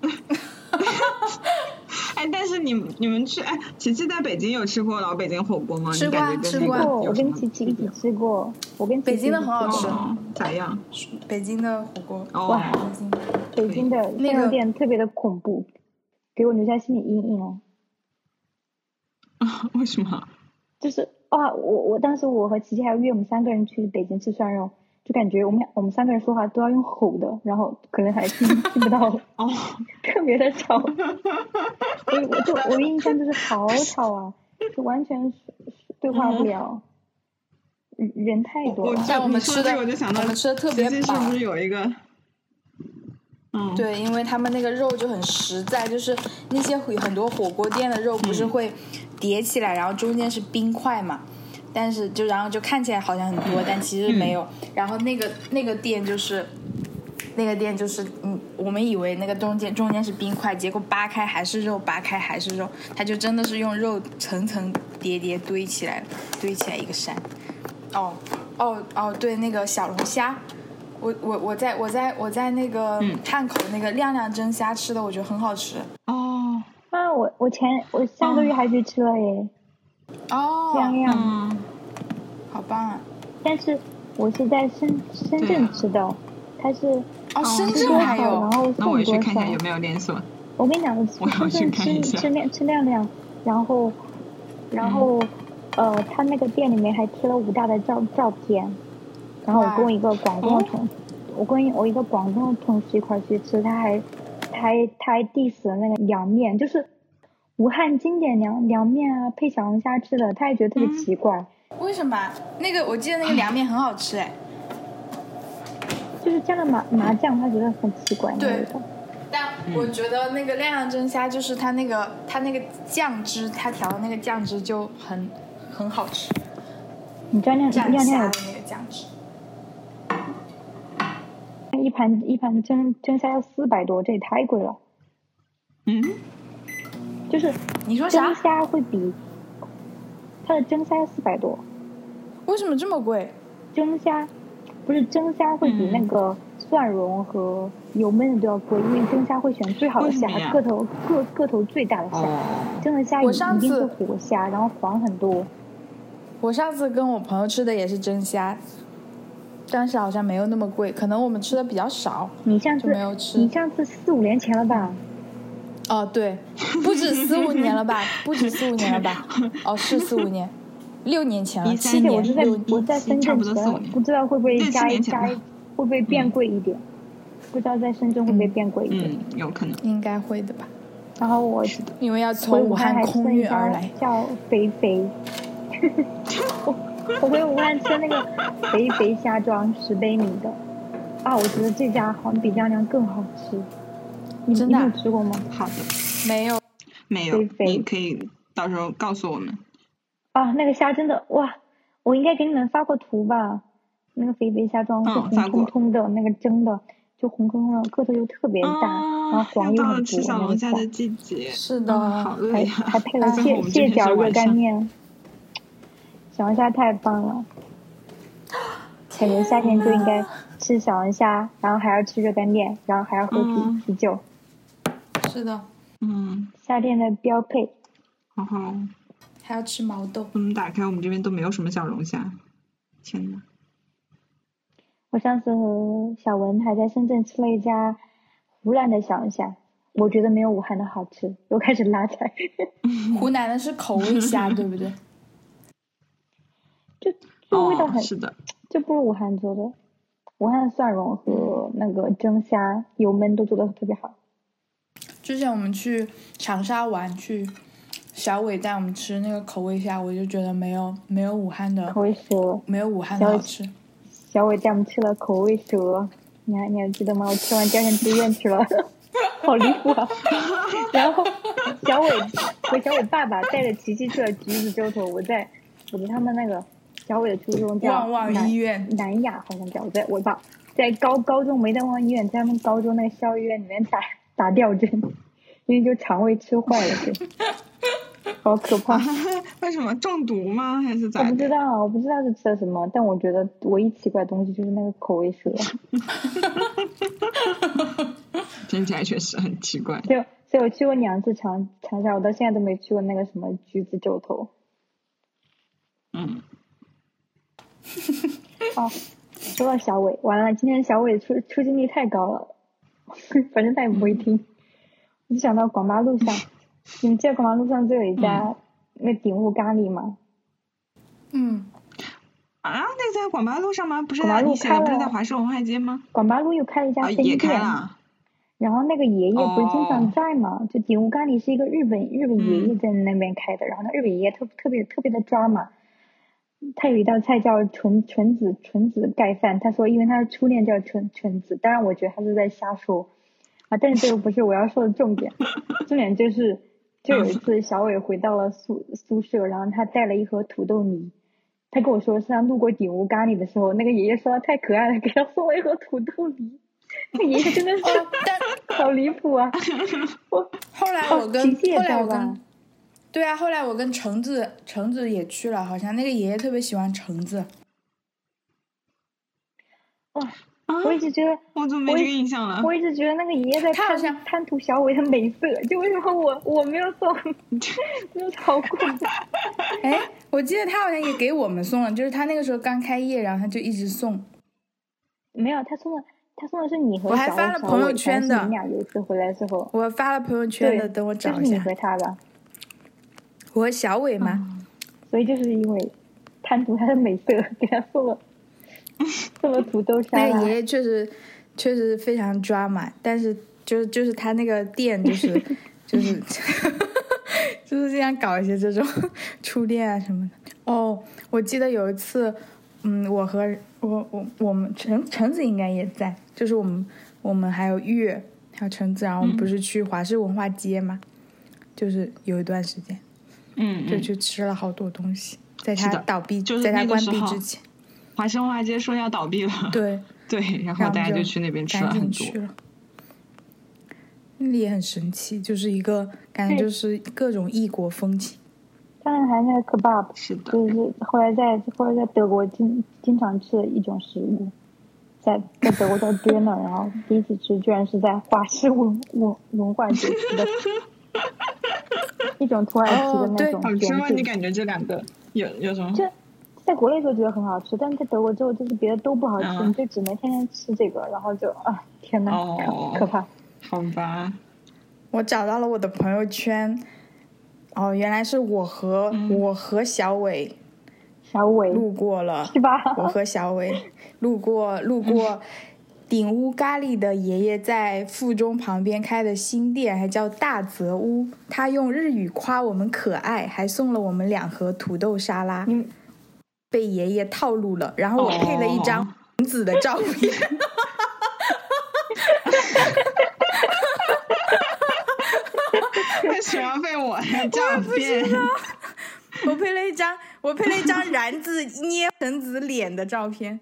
哎，但是你们去，哎，琪琪在北京有吃过老北京火锅吗？ 吃过， 我跟琪琪一起吃过。 北京的很好吃， 咋样？ 北京的火锅， 哇，北京的那个店特别的恐怖，给我留下心理阴影了。 为什么？ 就是哇，我当时我和琪琪还约我们3个人去北京吃涮肉，就感觉我们3个人说话都要用吼的，然后可能还听不到哦， 特别的吵。我印象就是好吵啊，就完全对话不了，人太多了。 但我们吃的我就想到我们吃的特别饱， 是不是有一个？ 对，因为他们那个肉就很实在，就是那些很多火锅店的肉不是会叠起来，然后中间是冰块嘛，但是然后就看起来好像很多，但其实没有。然后那个店就是我们以为那个中间是冰块，结果扒开还是肉，扒开还是肉，它就真的是用肉层层叠堆起来一个山。对，那个小龙虾。我在那个汉口那个亮亮蒸虾吃的，我觉得很好吃。 哦啊，我上个月还去吃了耶。 哦， 亮亮， 好棒啊！ 但是我是在深圳吃的，它是深圳还有， 然后那我也去看一下有没有连锁。 我跟你讲，深圳吃亮亮，然后他那个店里面还贴了武大的照片。然后我跟我一个广东的同事一块去吃，他还 diss 了那个凉面，就是武汉经典凉面啊，配小龙虾吃的，他也觉得特别奇怪。 为什么？那个我记得那个凉面很好吃哎， 就是加了麻酱，他觉得很奇怪。 对，但我觉得那个亮亮蒸虾就是它那个酱汁，它调的那个酱汁就很好吃。 你知道亮虾的那个酱汁。 一盘蒸虾要400多，这也太贵了。就是你说啥？ 蒸虾会比它的蒸虾要400多。 为什么这么贵？ 蒸虾会比那个蒜蓉和油焖的都要贵，因为蒸虾会选最好的虾，个头最大的虾。蒸的虾一定是活虾，然后黄很多。 我上次跟我朋友吃的也是蒸虾。但是好像没有那么贵，可能我们吃的比较少。 你上次没有吃？ 你上次4-5年前了吧？ 哦，对，不止4-5年了吧？不止4-5年了吧？哦，是4-5年，6年前了，7年。 我在深圳吃，不知道会不会会不会变贵一点？不知道在深圳会不会变贵一点？ 有可能， 应该会的吧。 然后因为要从武汉空运而来， 叫肥。我回武汉吃那个肥虾庄10杯米的啊，我觉得这家好像比亮亮更好吃。你有吃过吗？ 好的， 没有， 你可以到时候告诉我们。 啊，那个虾真的哇！我应该给你们发过图吧？那个肥虾庄是红彤彤的，那个蒸的就红彤彤的，个头又特别大，然后黄又很多。 吃小龙虾的季节， 是的， 好累呀！ 还配了蟹脚热干面。小龙虾太棒了，感觉夏天就应该吃小龙虾，然后还要吃热干面，然后还要喝啤酒。 是的， 夏天的标配。 好好。 还要吃毛豆。 打开我们这边都没有什么小龙虾，天哪！ 我上次和小文还在深圳吃了一家湖南的小虾，我觉得没有武汉的好吃，又开始拉踩。 湖南的是口味虾，对不对？ 就味道很， 是的， 就不如武汉做的。武汉的蒜蓉和那个蒸虾、油焖都做的特别好。 之前我们去长沙玩，去小伟带我们吃那个口味虾，我就觉得没有武汉的口味蛇， 没有武汉的好吃。 小伟带我们吃了口味蛇，你还记得吗？我吃完第二天住院去了，好离谱啊！然后小伟爸爸带着琪琪去了橘子洲头，我在他们那个小伟的初中叫旺旺医院， 南亚好像叫，我爸在高中没在旺旺医院，在他们高中那个校医院里面打吊针，因为就肠胃吃坏了，就好可怕。 为什么中毒吗？还是咋的？ 我不知道是吃了什么，但我觉得唯一奇怪的东西就是那个口味蛇。 听起来确实很奇怪。 所以我去过2次长沙，我到现在都没去过那个什么橘子洲头。哦，说到小伟，完了，今天小伟出镜率太高了，反正他也不会听。我就想到广巴路上，你们记得广巴路上就有一家那顶屋咖喱吗？ 那个在广巴路上吗？不是， 你写的不是在华师文化街吗？ 广巴路又开了一家分店。 也开了。 然后那个爷爷不是经常在吗？就顶屋咖喱是一个日本爷爷在那边开的，然后那日本爷爷特别的抓马。他有一道菜叫纯子盖饭，他说因为他的初恋叫纯子，当然我觉得他是在瞎说啊，但是这个不是我要说的重点，重点就有一次小伟回到了宿舍，然后他带了一盒土豆泥，他跟我说是他路过顶屋咖喱的时候，那个爷爷说他太可爱了，给他送了一盒土豆泥，那爷爷真的是好离谱啊！ 后来我跟对啊，后来我跟橙子也去了，好像那个爷爷特别喜欢橙子。 哇，我一直觉得我怎么没这个印象了？ 我一直觉得那个爷爷在贪图小伟的美色，就为什么我没有送，真是好过分。 哎，我记得他好像也给我们送了，就是他那个时候刚开业，然后他就一直送。 没有，他送的是你和我还发了朋友圈的。 你俩有一次回来的时候， 我发了朋友圈的，等我找一下。 就是你和他吧。 我和小伟嘛， 所以就是因为贪图他的美色，给他送了土豆沙拉。 那个爷爷确实非常抓马，但是就是他那个店就是就是这样搞一些这种初恋啊什么的。哦，我记得有一次，我和我们橙子应该也在，就是我们还有月还有橙子，然后我们不是去华师文化街嘛，就是有一段时间。就去吃了好多东西，在他倒闭， 就是在他关闭之前， 华生化街说要倒闭了， 对， 然后大家就去那边吃了很多。 那里也很神奇，就是一个感觉就是各种异国风情。 当然还有那个 kebab， 是的， 就是后来在德国经常吃的一种食物，在德国叫 döner， 然后第一次吃居然是在华师文化节吃的。一种土耳其的那种好吃吗？你感觉这两个有什么？ 就在国内就觉得很好吃，但是在德国之后就是别的都不好吃，你就只能天天吃这个，然后就天哪，可怕。 好吧， 我找到了我的朋友圈，原来是我和小伟路过了， 是吧？ 我和小伟路过顶屋咖喱的爷爷在附中旁边开的新店，还叫大泽屋。他用日语夸我们可爱，还送了我们2盒土豆沙拉。被爷爷套路了，然后我配了一张橙子的照片。 为什么要配我的照片？ 我配了一张然子捏橙子脸的照片。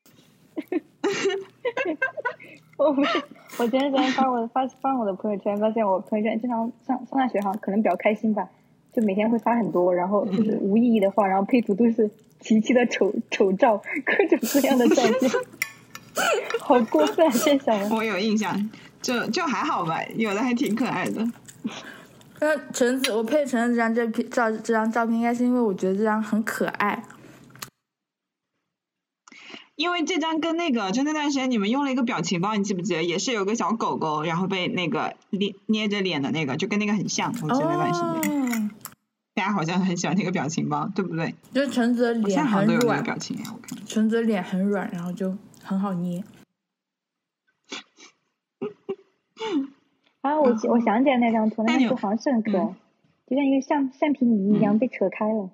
我前段时间发我的朋友圈，发现我朋友圈经常上大学哈，可能比较开心吧，就每天会发很多，然后就是无意义的话，然后配图都是琪琪的丑照，各种各样的照片，好过分！现在想我有印象，就还好吧，有的还挺可爱的。 橙子，我配橙子这张照片，应该是因为我觉得这张很可爱。 因为这张跟那个就那段时间你们用了一个表情包，你记不记得？也是有个小狗狗，然后被那个捏着脸的那个，就跟那个很像。我记得那段时间，大家好像很喜欢那个表情包，对不对？ 就是橙子的脸很软， 表情我看橙子的脸很软，然后就很好捏。 啊，我想起来那张图，那张图好像是很可爱，就像一个橡皮泥一样被扯开了。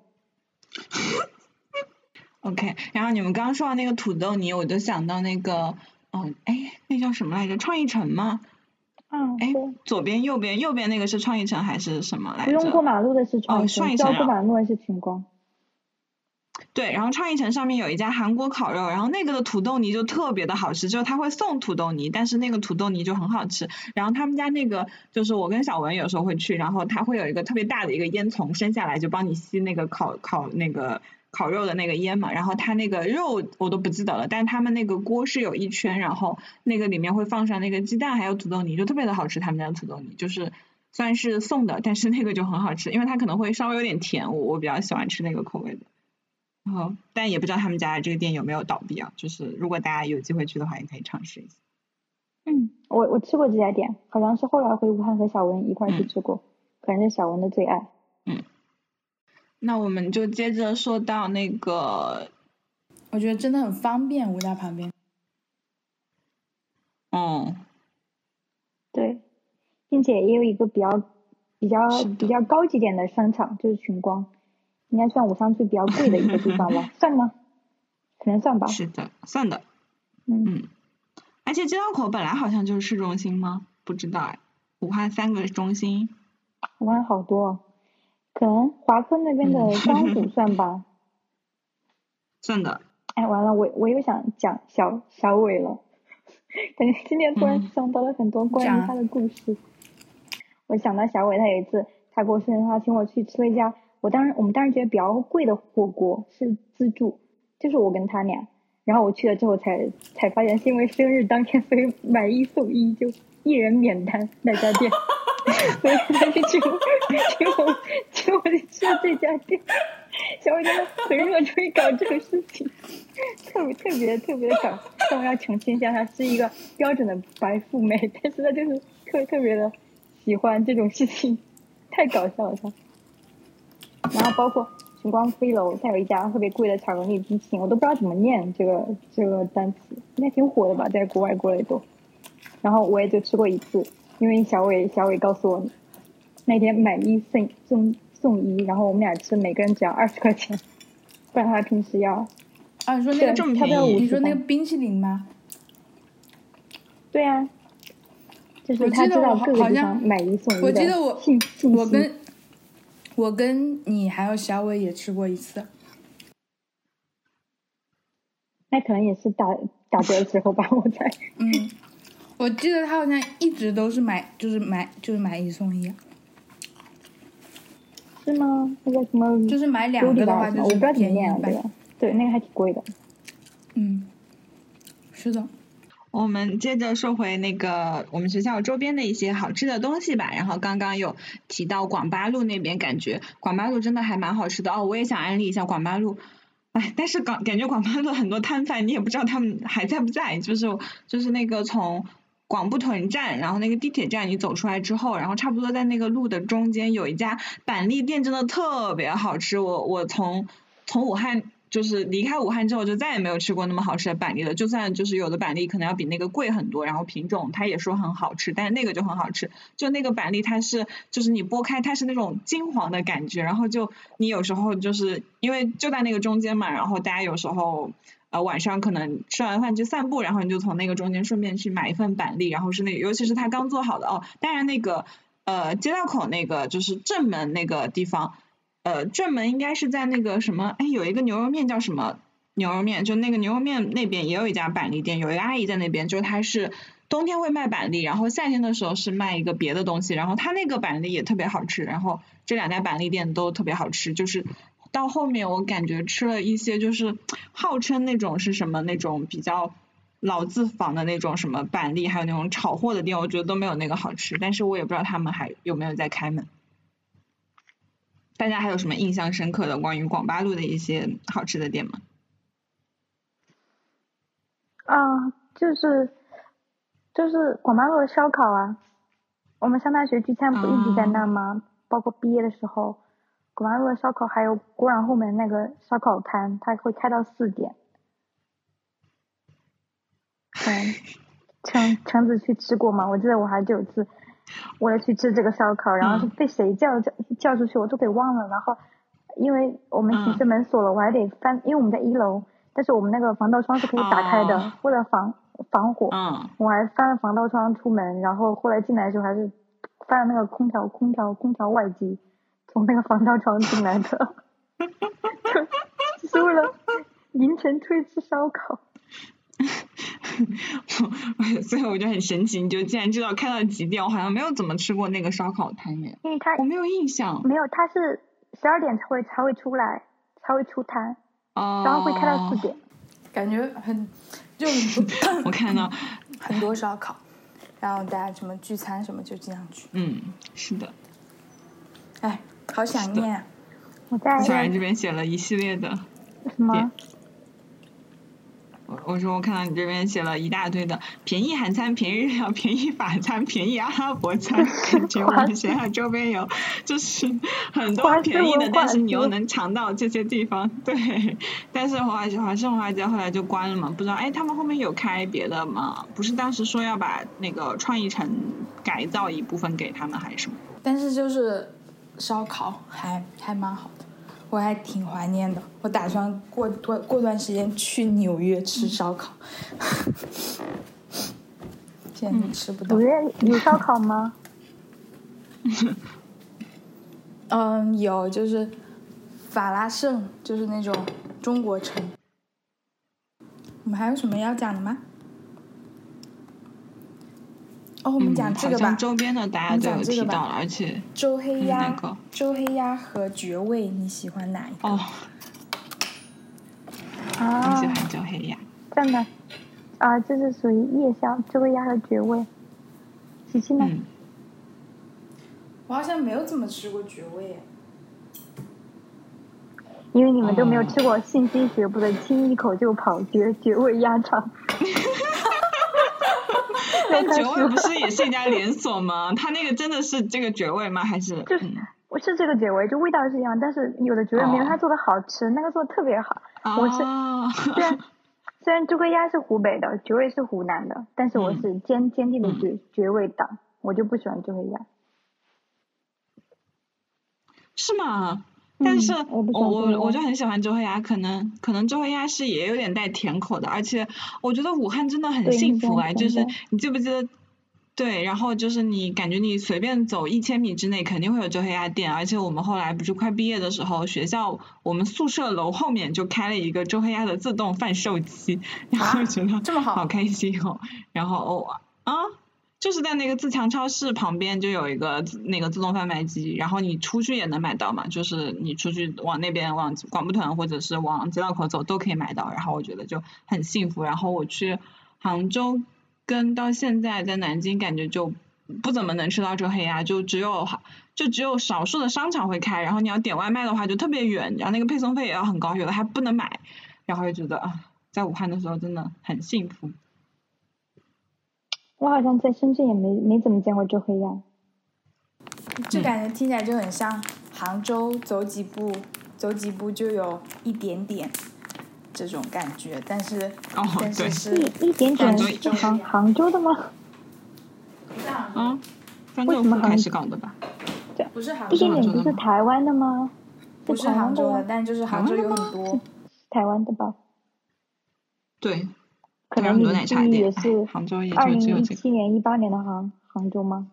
OK， 然后你们刚刚说到那个土豆泥，我就想到那个，那叫什么来着？创意城吗？左边右边那个是创意城还是什么来着？ 不用过马路的是创意城，要过马路的是群光。 对，然后创意城上面有一家韩国烤肉，然后那个的土豆泥就特别的好吃，就是他会送土豆泥，但是那个土豆泥就很好吃。然后他们家那个就是我跟小文有时候会去，然后他会有一个特别大的一个烟囱伸下来，就帮你吸那个烤那个烤肉的那个烟嘛。然后他那个肉我都不记得了，但他们那个锅是有一圈，然后那个里面会放上那个鸡蛋还有土豆泥，就特别的好吃。他们家的土豆泥就是虽然是送的，但是那个就很好吃，因为它可能会稍微有点甜，我比较喜欢吃那个口味的。然后但也不知道他们家这个店有没有倒闭啊，就是如果大家有机会去的话也可以尝试一下。 我吃过这家店，好像是后来回武汉和小文一块去吃过，可能是小文的最爱。 那我们就接着说到那个， 我觉得真的很方便，武大旁边。 对，并且也有一个比较高级点的商场，就是群光。应该算武昌区比较贵的一个地方吧，算吗？可能算吧。 是的，算的。而且街道口本来好像就是市中心吗？不知道哎。武汉3个中心。 武汉好多，可能华科那边的张虎算吧。 算的。 哎，完了，我又想讲小伟了，感觉今天突然想到了很多关于他的故事。我想到小伟，他有一次他过生日，他请我去吃了一家。我们当时觉得比较贵的火锅是自助，就是我跟他俩，然后我去了之后才发现是因为生日当天，所以买1送1，就1人免单那家店，所以他就请我去吃了这家店。小伟真的很热衷于搞这个事情，特别的搞。但我要澄清一下，他是一个标准的白富美，但是他就是特别的喜欢这种事情，太搞笑了他。然后包括群光飞楼，它有一家特别贵的巧克力冰淇淋，我都不知道怎么念这个单词，应该挺火的吧，在国外过来都。然后我也就吃过一次，因为小伟告诉我，那天买1送1，然后我们俩吃，每个人只要20块钱，不然他平时要。 你说那个这么便宜？ 你说那个冰淇淋吗？ 对啊，就是他知道各个地方买1送1的。 我记得我跟你还有小伟也吃过一次， 那可能也是打折的时候吧，我猜。 我记得他好像一直都是买1送1。 是吗？那个什么？ 就是买2个的话就是我不知道怎么念这个。对，那个还挺贵的。 是的。 我们接着说回那个我们学校周边的一些好吃的东西吧。然后刚刚有提到广八路那边，感觉广八路真的还蛮好吃的我也想安利一下广八路。但是感觉广八路很多摊贩你也不知道他们还在不在，就是那个从广埠屯站，然后那个地铁站你走出来之后，然后差不多在那个路的中间有一家板栗店，真的特别好吃。我从武汉就是离开武汉之后就再也没有吃过那么好吃的板栗了，就算就是有的板栗可能要比那个贵很多，然后品种他也说很好吃，但是那个就很好吃。就那个板栗它是就是你剥开它是那种金黄的感觉，然后就你有时候就是因为就在那个中间嘛，然后大家有时候晚上可能吃完饭去散步，然后你就从那个中间顺便去买一份板栗，然后是那个尤其是他刚做好的当然那个街道口那个就是正门那个地方正门应该是在那个什么有一个牛肉面叫什么牛肉面，就那个牛肉面那边也有一家板栗店，有一个阿姨在那边，就她是冬天会卖板栗，然后夏天的时候是卖一个别的东西，然后她那个板栗也特别好吃，然后这2家板栗店都特别好吃。就是到后面我感觉吃了一些就是号称那种是什么那种比较老字坊的那种什么板栗还有那种炒货的店，我觉得都没有那个好吃，但是我也不知道他们还有没有在开门。大家还有什么印象深刻的关于广八路的一些好吃的店吗？ 就是广八路的烧烤啊，我们上大学聚餐不一直在那吗？包括毕业的时候，广八路的烧烤还有国软后面那个烧烤摊，它会开到4点。橙子去吃过吗？我记得我还有一次为了去吃这个烧烤，然后是被谁叫出去我都给忘了，然后因为我们寝室门锁了，我还得翻，因为我们在1楼，但是我们那个防盗窗是可以打开的，为了防火，我还翻了防盗窗出门，然后后来进来的时候还是翻了那个空调外机，从那个防盗窗进来的，就是为了凌晨出去吃烧烤。 所以我就很神奇，你就竟然知道开到几点，我好像没有怎么吃过那个烧烤摊耶， 因为我没有印象。 没有，它是12点才会出来，才会出摊，然后会开到4点， 感觉就我看到很多烧烤，然后大家什么聚餐什么就这样去。 是的。 哎，好想念啊！ 我在小然这边写了一系列的什么？ 我说我看到你这边写了一大堆的便宜韩餐、便宜日料、便宜法餐、便宜阿拉伯餐，感觉我们学校周边有就是很多便宜的，但是你又能尝到这些地方。对，但是华盛华街后来就关了嘛，不知道他们后面有开别的吗？不是当时说要把那个创意城改造一部分给他们还是什么？ 但是就是烧烤还蛮好的。我还挺怀念的，我打算过段时间去纽约吃烧烤。现在吃不到。 纽约有烧烤吗？ 有，就是法拉盛，就是那种中国城。我们还有什么要讲的吗？我们讲这个吧。 好像周边的大家都有提到了，而且周黑鸭和绝味，你喜欢哪一个？ 我喜欢周黑鸭。 真的这是属于夜宵，周黑鸭和绝味。琪琪呢？ 我好像没有怎么吃过绝味， 因为你们都没有吃过信息学部的亲一口就跑绝味鸭肠。 但绝味不是也是一家连锁吗？它那个真的是这个绝味吗？还是是这个绝味，就味道是一样，但是有的绝味没有它做的好吃，那个做的特别好。我是虽然周黑鸭是湖北的，绝味是湖南的，但是我是坚定的绝味党，我就不喜欢周黑鸭。 是吗？但是我就很喜欢周黑鸭，可能周黑鸭是也有点带甜口的，而且我觉得武汉真的很幸福就是你记不记得？对，然后就是你感觉你随便走1000米之内肯定会有周黑鸭店，而且我们后来不是快毕业的时候，学校我们宿舍楼后面就开了一个周黑鸭的自动贩售机，然后觉得这么好开心哦，然后就是在那个自强超市旁边就有一个那个自动贩卖机，然后你出去也能买到嘛，就是你出去往那边往广埠屯或者是往街道口走都可以买到，然后我觉得就很幸福。然后我去杭州跟到现在在南京感觉就不怎么能吃到周黑鸭，就只有少数的商场会开，然后你要点外卖的话就特别远，然后那个配送费也要很高，有的还不能买，然后就觉得在武汉的时候真的很幸福。 我好像在深圳也没怎么见过周黑鸭， 这感觉听起来就很像杭州，走几步就有一点点这种感觉，但是是一点点是杭州的吗？ 漳州府开始搞的吧？ 不是杭州， 一点点不是台湾的吗？ 不是杭州的，但就是杭州有很多。 是台湾的吧？ 对。 可能你的记忆也是杭州也就只有 2017年、18年的杭州吗？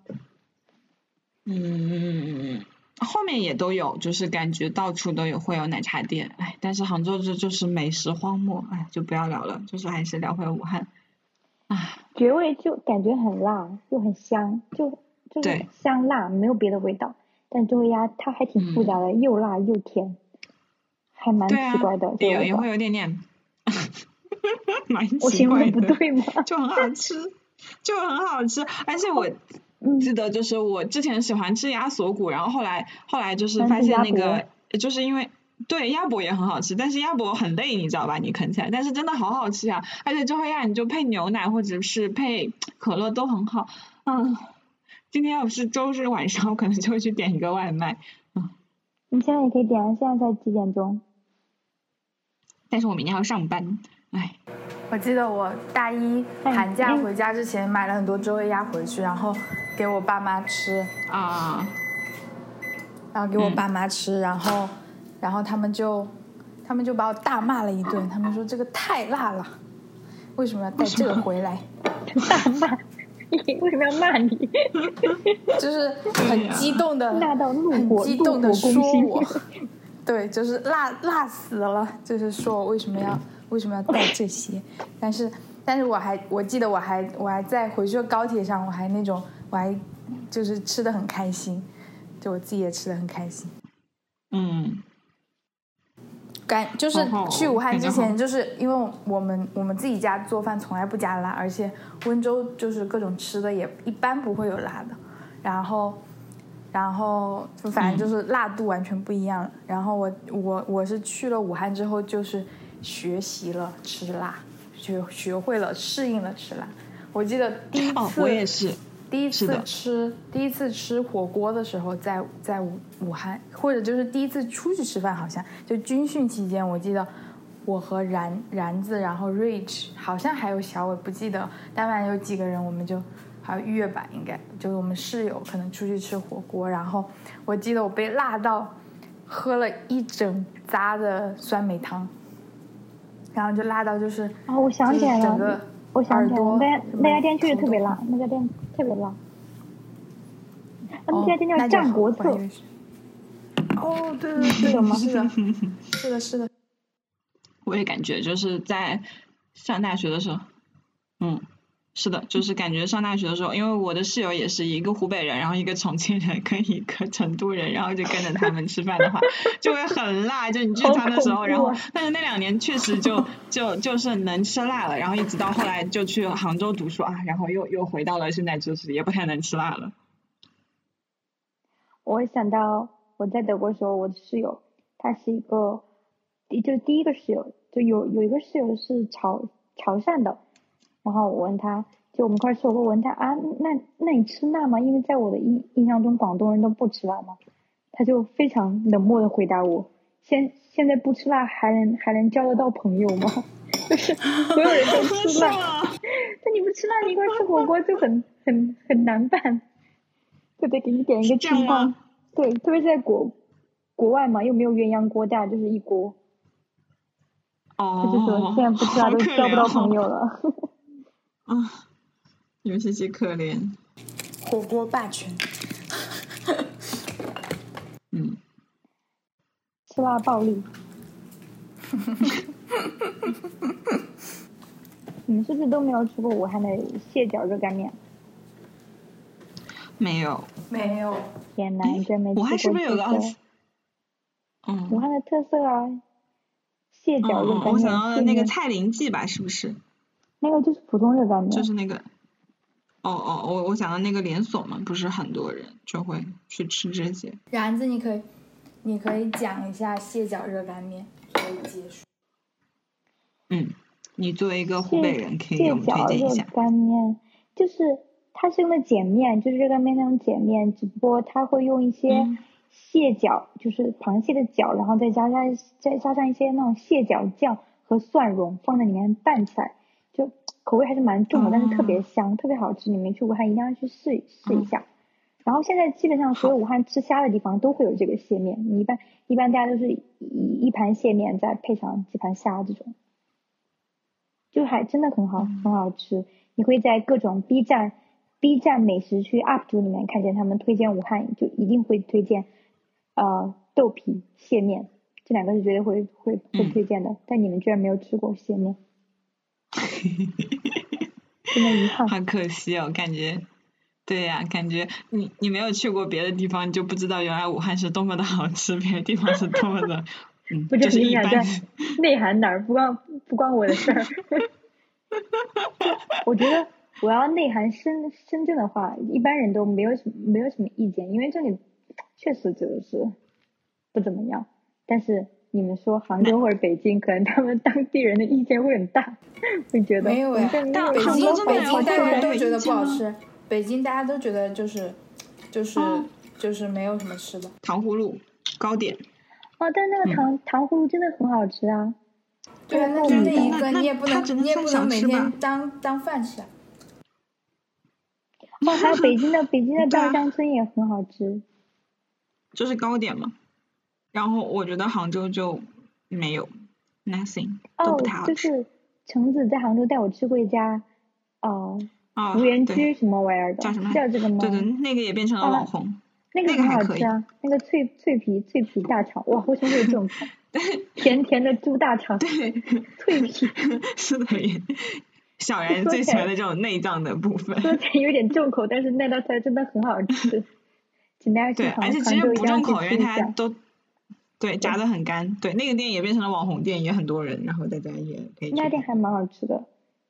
后面也都有，就是感觉到处都会有奶茶店，但是杭州就是美食荒漠，就不要聊了，就是还是聊回武汉。 绝味就感觉很辣又很香，就是香辣没有别的味道，但周黑鸭它还挺复杂的，又辣又甜，还蛮奇怪的。 也会有点点蛮奇怪的， 我形容不对吗？ 就很好吃，而且我记得就是我之前喜欢吃鸭锁骨，然后后来就是发现那个就是因为对，鸭脖也很好吃，但是鸭脖很累，你知道吧？你啃起来，但是真的好好吃啊！而且周黑鸭你就配牛奶或者是配可乐都很好。今天要不是周日晚上，我可能就会去点一个外卖。 你现在也可以点，现在才几点钟？ 但是我明天要上班，唉。 我记得我大一寒假回家之前买了很多周黑鸭回去，然后给我爸妈吃啊。 然后给我爸妈吃，然后他们就把我大骂了一顿，他们说这个太辣了，为什么要带这个回来？ 大骂你，为什么要骂你？ 就是很激动的， 辣到怒火， 很激动的说我，对，就是辣死了，就是说我为什么要带这些？但是我记得我还在回去的高铁上，我还就是吃的很开心。就我自己也吃得很开心，就是去武汉之前，就是因为我们自己家做饭从来不加辣，而且温州就是各种吃的也一般不会有辣的，然后就反正就是辣度完全不一样。然后我是去了武汉之后，就是学习了吃辣，学会了适应了吃辣。我记得第一次， 我也是。 第一次吃火锅的时候在武汉，或者就是第一次出去吃饭，好像就军训期间，我记得我和然子，然后 Rich 好像还有小伟不记得，但反正有几个人，我们就还有月吧，应该就是我们室友可能出去吃火锅，然后我记得我被辣到喝了一整扎的酸梅汤，然后就辣到就是我想起来了，我想起来了，那家店确实特别辣，那家店特别辣。那家店叫战国策。 哦，对，是的。 我也感觉就是在上大学的时候，是的，就是感觉上大学的时候，因为我的室友也是一个湖北人，然后一个重庆人跟一个成都人，然后就跟着他们吃饭的话，就会很辣。就你聚餐的时候，然后但是那2年确实就是能吃辣了，然后一直到后来就去杭州读书啊，然后又回到了现在就是也不太能吃辣了。 我想到我在德国的时候，我的室友他是一个，就第一个室友就有一个室友是潮汕的。然后我问他，就我们一块吃火锅，我问他啊，那你吃辣吗？因为在我的印象中，广东人都不吃辣嘛。他就非常冷漠的回答我，现在不吃辣还能交得到朋友吗？就是所有人都吃辣，但你不吃辣，你一块吃火锅就很难办，就得给你点一个清汤。对，特别是在国外嘛，又没有鸳鸯锅大，就是一锅。他就说现在不吃辣都交不到朋友了。 有些可怜。 火锅霸权。 吃辣暴力。你们是不是都没有吃过武汉的蟹脚热干面？ 没有。 天哪，你真没吃过。 武汉是不是有个武汉的特色啊，蟹脚热干面。 我想到那个蔡林记吧，是不是？ 那个就是普通热干面。 就是那个。我想到那个连锁嘛，不是很多人就会去吃这些。 然子，你可以讲一下蟹脚热干面，可以结束。 你作为一个湖北人，可以给我们推荐一下。 蟹脚热干面就是它是用的碱面，就是热干面那种碱面，只不过它会用一些蟹脚，就是螃蟹的脚，然后再加上一些那种蟹脚酱和蒜蓉放在里面拌起来，就口味还是蛮重的，但是特别香，特别好吃。你没去武汉一定要去试一下。然后现在基本上所有武汉吃虾的地方都会有这个蟹面，你一般大家都是一盘蟹面再配上几盘虾这种，就还真的很好吃。你会在各种 B 站美食区 UP 主里面看见他们推荐武汉，就一定会推荐豆皮蟹面，这2个是绝对会推荐的。但你们居然没有吃过蟹面。真的遗憾。 好可惜哦，感觉。对呀，感觉你没有去过别的地方，你就不知道原来武汉是多么的好吃，别的地方是多么的就是一般。 内涵哪儿不关我的事儿。我觉得我要内涵深圳的话，一般人都没有什么意见，因为这里确实就是不怎么样。但是你们说杭州或者北京，可能他们当地人的意见会很大，会觉得没有哎， 但北京大家都觉得不好吃，北京大家都觉得就是没有什么吃的。 糖葫芦糕点。 哦，但那个糖葫芦真的很好吃啊。 对啊，那就那一个你也不能每天当饭吃啊。 哦，还有北京的稻香村也很好吃。 就是糕点嘛。然后我觉得杭州就没有 nothing 都不太好吃。 就是橙子在杭州带我吃过一家福源居什么玩意儿的， 叫什么？ 叫这个吗？ 对，那个也变成了网红。 那个很好吃啊，那个脆皮大肠，哇，我想起重口。甜甜的猪大肠， 对， 脆皮。 是的，小然最喜欢的这种内脏的部分。 说起来有点重口，但是那道菜真的很好吃。请大家去而且其实不重口，因为它都炸得很干。对，那个店也变成了网红店，也很多人，然后大家也可以去。 那店还蛮好吃的。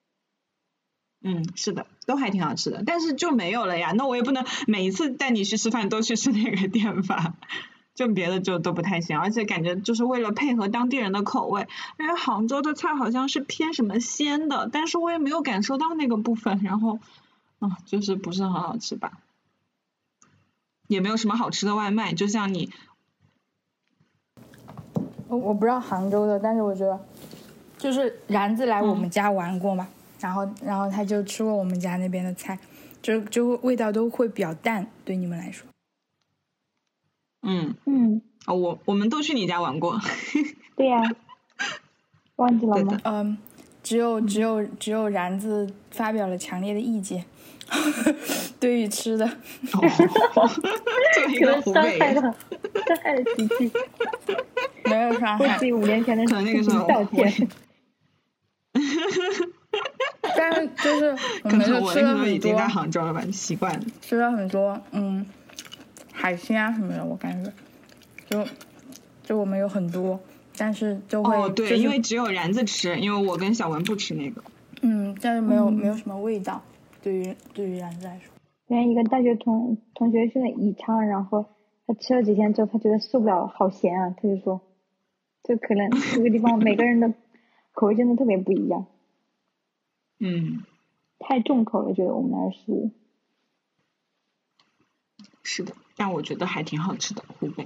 是的，都还挺好吃的，但是就没有了呀。那我也不能每一次带你去吃饭都去吃那个店吧，就别的就都不太行。而且感觉就是为了配合当地人的口味，因为杭州的菜好像是偏什么鲜的，但是我也没有感受到那个部分，然后就是不是很好吃吧。也没有什么好吃的外卖，就像你， 我不知道杭州的，但是我觉得就是然子来我们家玩过嘛，然后他就吃过我们家那边的菜，就味道都会比较淡，对你们来说。 我们都去你家玩过。 对呀。忘记了吗？ 只有然子发表了强烈的意见。对于吃的， 可能伤害了琪琪。 没有伤害。 过去5年前的事情道歉。 但是就是我们就吃了很多， 已经在杭州了吧，习惯了。 吃了很多海鲜啊什么的，我感觉就我们有很多，但是就会对，因为只有然子吃，因为我跟小文不吃那个。 但是没有什么味道。对于然子来说， 原来一个大学同学是宜昌，然后他吃了几天之后，他觉得受不了，好咸啊，他就说，就可能这个地方每个人的口味真的特别不一样。太重口了，觉得我们那儿食物。 是的，但我觉得还挺好吃的，湖北。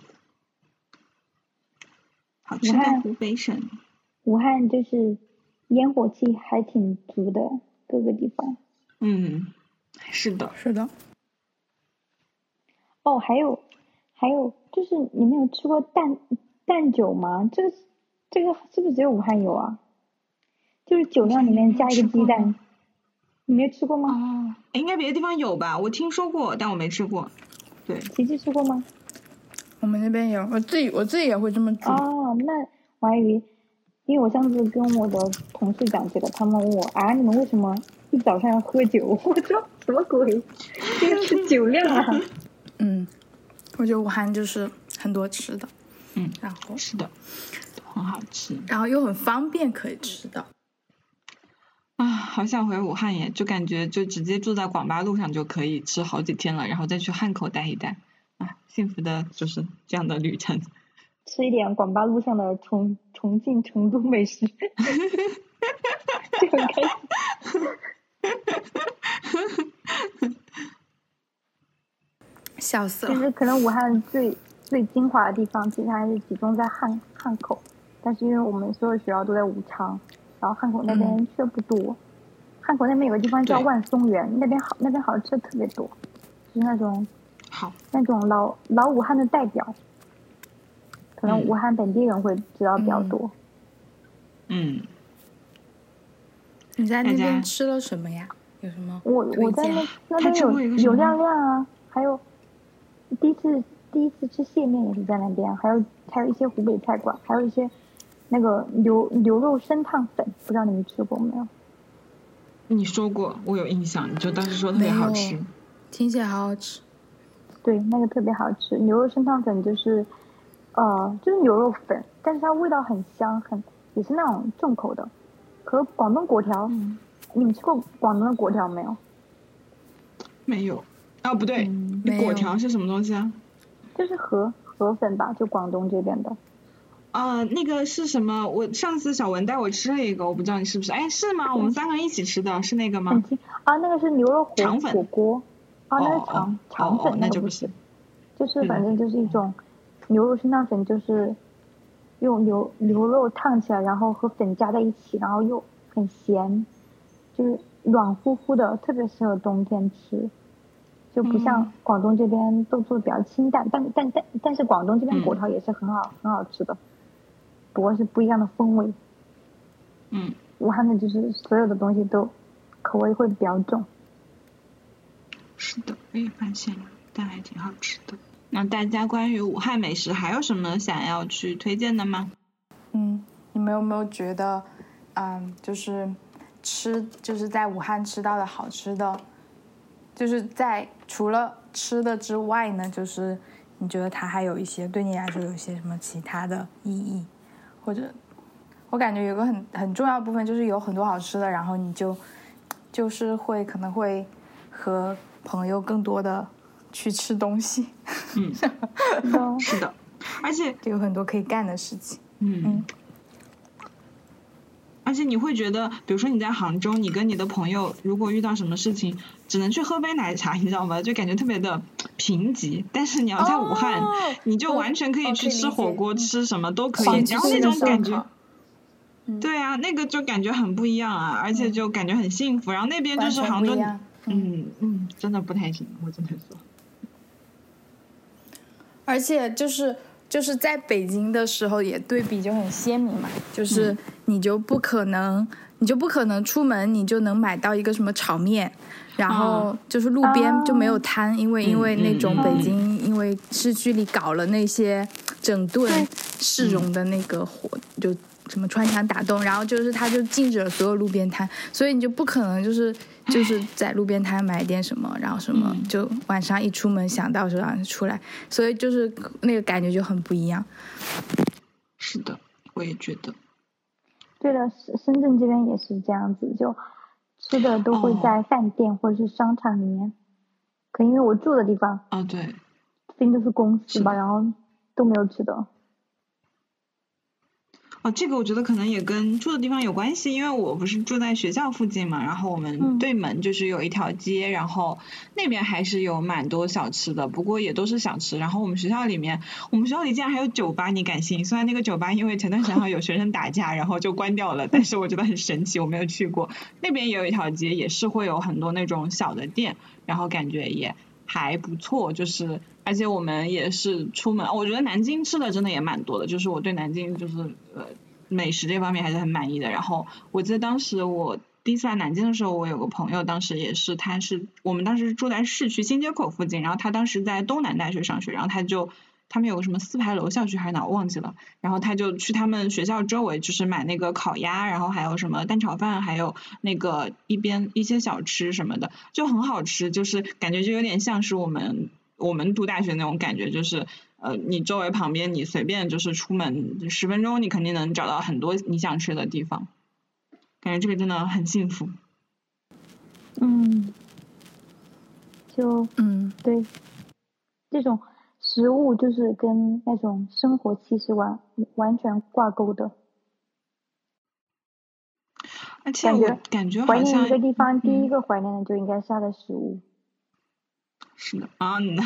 好吃的湖北省。 武汉就是烟火气还挺足的，各个地方。 是的。 还有就是你们有吃过蛋酒吗？这个是不是只有武汉有啊？就是酒酿里面加一个鸡蛋，你没吃过吗？ 应该别的地方有吧，我听说过，但我没吃过。对， 琪琪吃过吗？ 我们那边有，我自己也会这么煮。 那我还以为，因为我上次跟我的同事讲这个，他们问我你们为什么一早上要喝酒？我说什么鬼？这个是酒量啊！ 我觉得武汉就是很多吃的，然后是的，很好吃， 然后又很方便可以吃的。 好想回武汉耶，就感觉就直接住在广八路上就可以吃好几天了，然后再去汉口待一待。幸福的就是这样的旅程。 吃一点广八路上的重庆成都美食。就很开心。 笑死了。 其实可能武汉最精华的地方，其实还是集中在汉口，但是因为我们所有学校都在武昌，然后汉口那边去的不多。汉口那边有个地方叫万松园，那边好吃的特别多，就是那种老武汉的代表，可能武汉本地人会知道比较多。 你在那边吃了什么呀？有什么？ 我在那边有亮亮啊，还有第一次吃蟹面也是在那边，还有一些湖北菜馆，还有一些那个牛肉参烫粉，不知道你们吃过没有？ 你说过，我有印象，你就当时说特别好吃， 听起来好好吃。 对，那个特别好吃，牛肉参烫粉就是牛肉粉，但是它味道很香，也是那种重口的，和广东粿条。你们吃过广东的粿条没有？ 没有。不对，粿条是什么东西啊？ 就是河粉吧，就广东这边的。 那个是什么？我上次小文带我吃了一个，我不知道你是不是？哎，是吗？我们3个人一起吃的，是那个吗？ 那个是牛肉肠粉火锅。那是肠粉， 那就不是。 就是反正就是一种牛肉生烫粉，就是用牛肉烫起来，然后和粉加在一起，然后又很咸，就是软乎乎的，特别适合冬天吃。就不像广东这边都做的比较清淡，但是广东这边粿条也是很好吃的，不过是不一样的风味。武汉的就是所有的东西都口味会比较重。 是的，我也发现了，但还挺好吃的。那大家关于武汉美食还有什么想要去推荐的吗？ 你们有没有觉得，就是在武汉吃到的好吃的，就是在除了吃的之外呢，就是你觉得它还有一些对你来说有一些什么其他的意义，或者我感觉有个很重要的部分就是有很多好吃的，然后你就是可能会和朋友更多的去吃东西。 是的，而且就有很多可以干的事情。 而且你会觉得，比如说你在杭州，你跟你的朋友如果遇到什么事情，只能去喝杯奶茶，你知道吗？就感觉特别的贫瘠。但是你要在武汉，你就完全可以去吃火锅，吃什么都可以。然后那种感觉，对啊，那个就感觉很不一样啊，而且就感觉很幸福。然后那边就是杭州，真的不太行，我只能说。 而且就是在北京的时候也对比就很鲜明嘛，就是你就不可能出门你就能买到一个什么炒面，然后就是路边就没有摊，因为那种北京因为市区里搞了那些整顿市容的那个活，就什么穿墙打洞，然后就是它就禁止了所有路边摊，所以你就不可能就是在路边摊买点什么，然后什么就晚上一出门想到时候让出来，所以就是那个感觉就很不一样。 是的，我也觉得。 对的，深圳这边也是这样子，就吃的都会在饭店或者是商场里面。可因为我住的地方对， 这边都是公司吧，然后都没有吃的。 这个我觉得可能也跟住的地方有关系，因为我不是住在学校附近嘛，然后我们对门就是有一条街，然后那边还是有蛮多小吃的，不过也都是小吃。然后我们学校里竟然还有酒吧，你敢信？虽然那个酒吧因为前段时间有学生打架，然后就关掉了，但是我觉得很神奇，我没有去过。那边也有一条街，也是会有很多那种小的店，然后感觉也还不错，就是而且我们也是出门，我觉得南京吃的真的也蛮多的，就是我对南京就是美食这方面还是很满意的。然后我记得当时我第一次来南京的时候，我有个朋友，当时也是我们当时住在市区新街口附近，然后他当时在东南大学上学，然后他们有个什么4牌楼校区还是哪我忘记了，然后他就去他们学校周围就是买那个烤鸭，然后还有什么蛋炒饭，还有那个一些小吃什么的，就很好吃，就是感觉就有点像是我们读大学那种感觉，就是你周围旁边你随便就是出门10分钟你肯定能找到很多你想吃的地方，感觉这个真的很幸福。 对，这种食物就是跟那种生活气息完全挂钩的。 而且我感觉好像怀念一个地方，第一个怀念的就应该是它的食物。 是的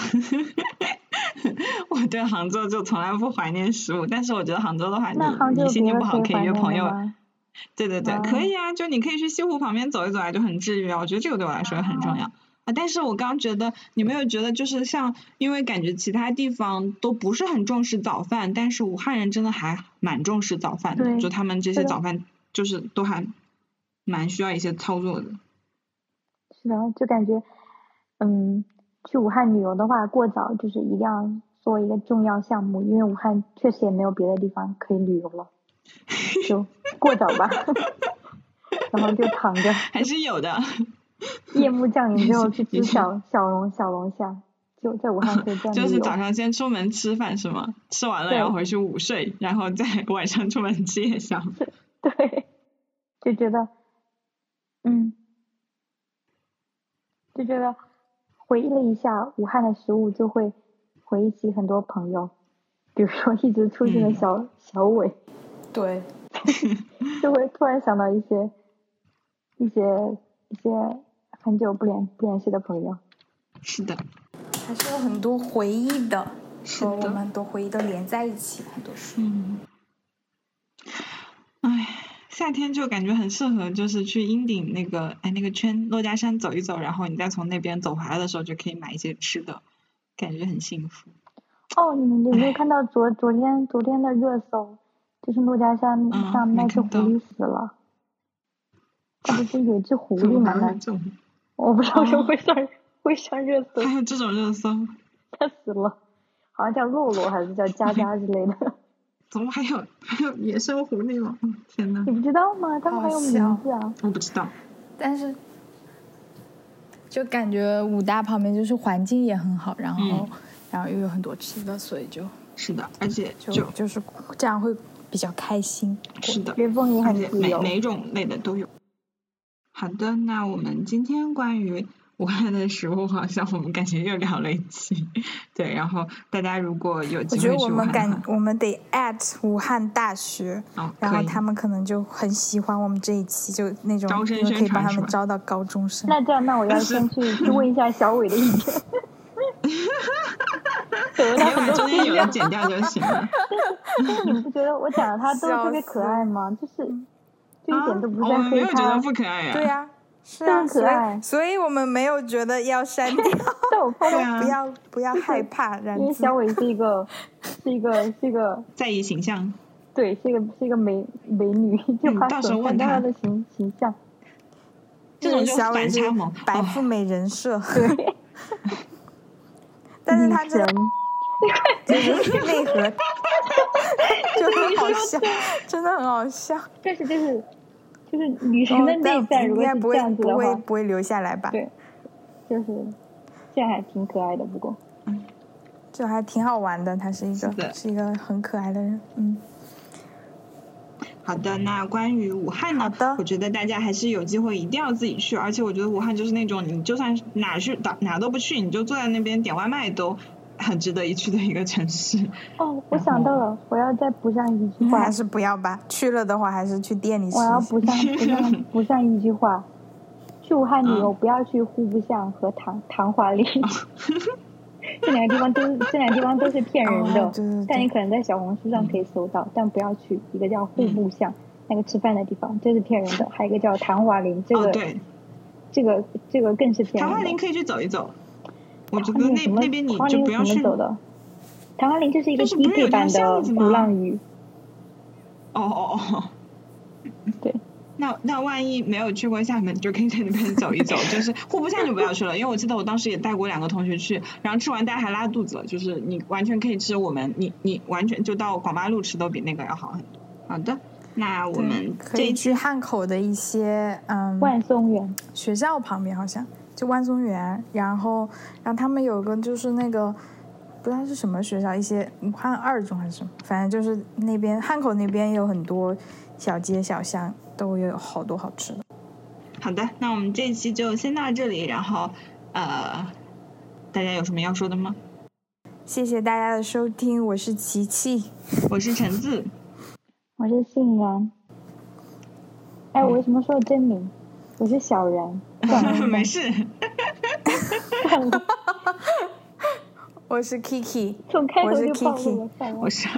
我对杭州就从来不怀念食物，但是我觉得杭州的话，你心情不好可以约朋友。对，可以啊，就你可以去西湖旁边走一走啊，就很治愈啊。我觉得这个对我来说也很重要但是我刚刚觉得你没有觉得就是因为感觉其他地方都不是很重视早饭，但是武汉人真的还蛮重视早饭的，就他们这些早饭就是都还蛮需要一些操作的。 是的，就感觉去武汉旅游的话，过早就是一定要做一个重要项目，因为武汉确实也没有别的地方可以旅游了，就过早吧然后就躺着还是有的夜幕降临之后去吃小龙虾，就在武汉可以这样就是早上先出门吃饭是吗？吃完了然后回去午睡，然后再晚上出门吃夜宵。 对，就觉得回忆了一下武汉的食物，就会回忆起很多朋友，比比如说一直出现的小伟， 对， 就会突然想到一些很久不联系的朋友。 是的， 还是有很多回忆的，和我们很多回忆都连在一起，很多事。 夏天就感觉很适合，就是去鹰顶那个圈珞珈山走一走，然后你再从那边走回来的时候就可以买一些吃的，感觉很幸福。 哦，你们有没有看到昨天的热搜？就是珞珈山上那只狐狸死了。它不是有只狐狸吗？我不知道说会上热搜。 还有这种热搜？ 它死了，好像叫洛洛还是叫佳佳之类的。 怎么还有野生狐狸吗？天哪！ 你不知道吗？他们还有名字啊。 我不知道。 但是就感觉武大旁边就是环境也很好，然后又有很多吃的，所以是的，而且就是这样会比较开心。 是的， 人风也很自由， 每种类的都有。好的，那我们今天关于武汉的食物好像我们感觉又聊了一期，对，然后大家如果有机会去武汉， 我觉得我们得 at 武汉大学，然后他们可能就很喜欢我们这一期，就那种招生宣传可以把他们招到高中生。 那这样，那我要先去问一下小伟的意见。 中间有人剪掉就行了。 但是你不觉得我讲的他都特别可爱吗？就是就一点都不在黑他。 我没有觉得不可爱呀。 对呀，是啊， 可爱。 所以我们没有觉得要删掉。 但我发现不要害怕， 因为小伟是一个在意形象。 对，是一个美女，就怕损害她的形象。 这种就反差萌， 白富美人设。 对。 但是他真的就是内核就很好笑，真的很好笑。 但是就是女生的内在，如果是这样子的话， 不会留下来吧？ 对，就是这样还挺可爱的，不过， 就还挺好玩的。他是一个很可爱的人， 好的，那关于武汉呢？我觉得大家还是有机会一定要自己去，而且我觉得武汉就是那种你就算哪都不去，你就坐在那边点外卖都很值得一去的一个城市。 哦，我想到了，我要再补上一句话。 还是不要吧，去了的话还是去店里吃。 我要补上一句话，去武汉旅游不要去户部巷和唐华林。这两个地方都是骗人的，但你可能在小红书上可以搜到，但不要去。一个叫户部巷，那个吃饭的地方，这是骗人的；还有一个叫唐华林，这个更是骗人的。 唐华林可以去走一走，我觉得那边你就不要去。 唐华林就是一个低配版的鼓浪屿。 哦， 对。 那万一没有去过厦门，就可以在那边走一走。就是户部巷就不要去了，因为我记得我当时也带过2个同学去，然后吃完大家还拉肚子了。就是你完全可以吃你完全就到广八路吃都比那个要好很多。好的，那我们可以去汉口的一些万松园学校旁边，好像就万松园，然后他们有个就是那个不知道是什么学校，一些武汉2中还是什么，反正就是那边汉口那边有很多小街小巷。都有好多好吃的。 好的，那我们这一期就先到这里，然后大家有什么要说的吗？ 谢谢大家的收听，我是琪琪， 我是橙子， 我是杏然。哎，我为什么说真名？我是小然。 没事。 我是 Kiki， 从开头就暴露了。 我是。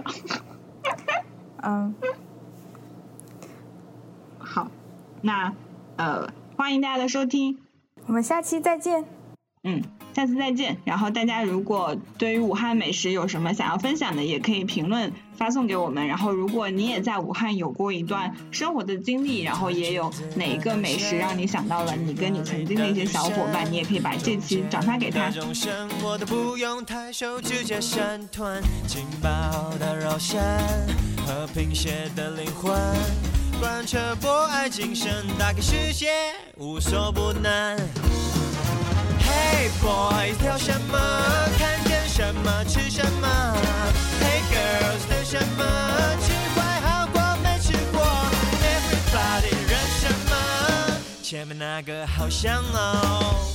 好，那欢迎大家的收听， 我们下期再见。 下次再见。然后大家如果对于武汉美食有什么想要分享的，也可以评论发送给我们。然后如果你也在武汉有过一段生活的经历，然后也有哪一个美食让你想到了你跟你曾经的一些小伙伴，你也可以把这期转发给他。生活的不用太熟，直接闪团劲爆的肉身，和平谐的灵魂，贯彻博爱精神，打开世界无所不能。Hey boys， 挑什么？看见什么吃什么 ？Hey girls， 等什么？吃坏好过没吃过 ？Everybody， 忍什么？前面那个好香哦。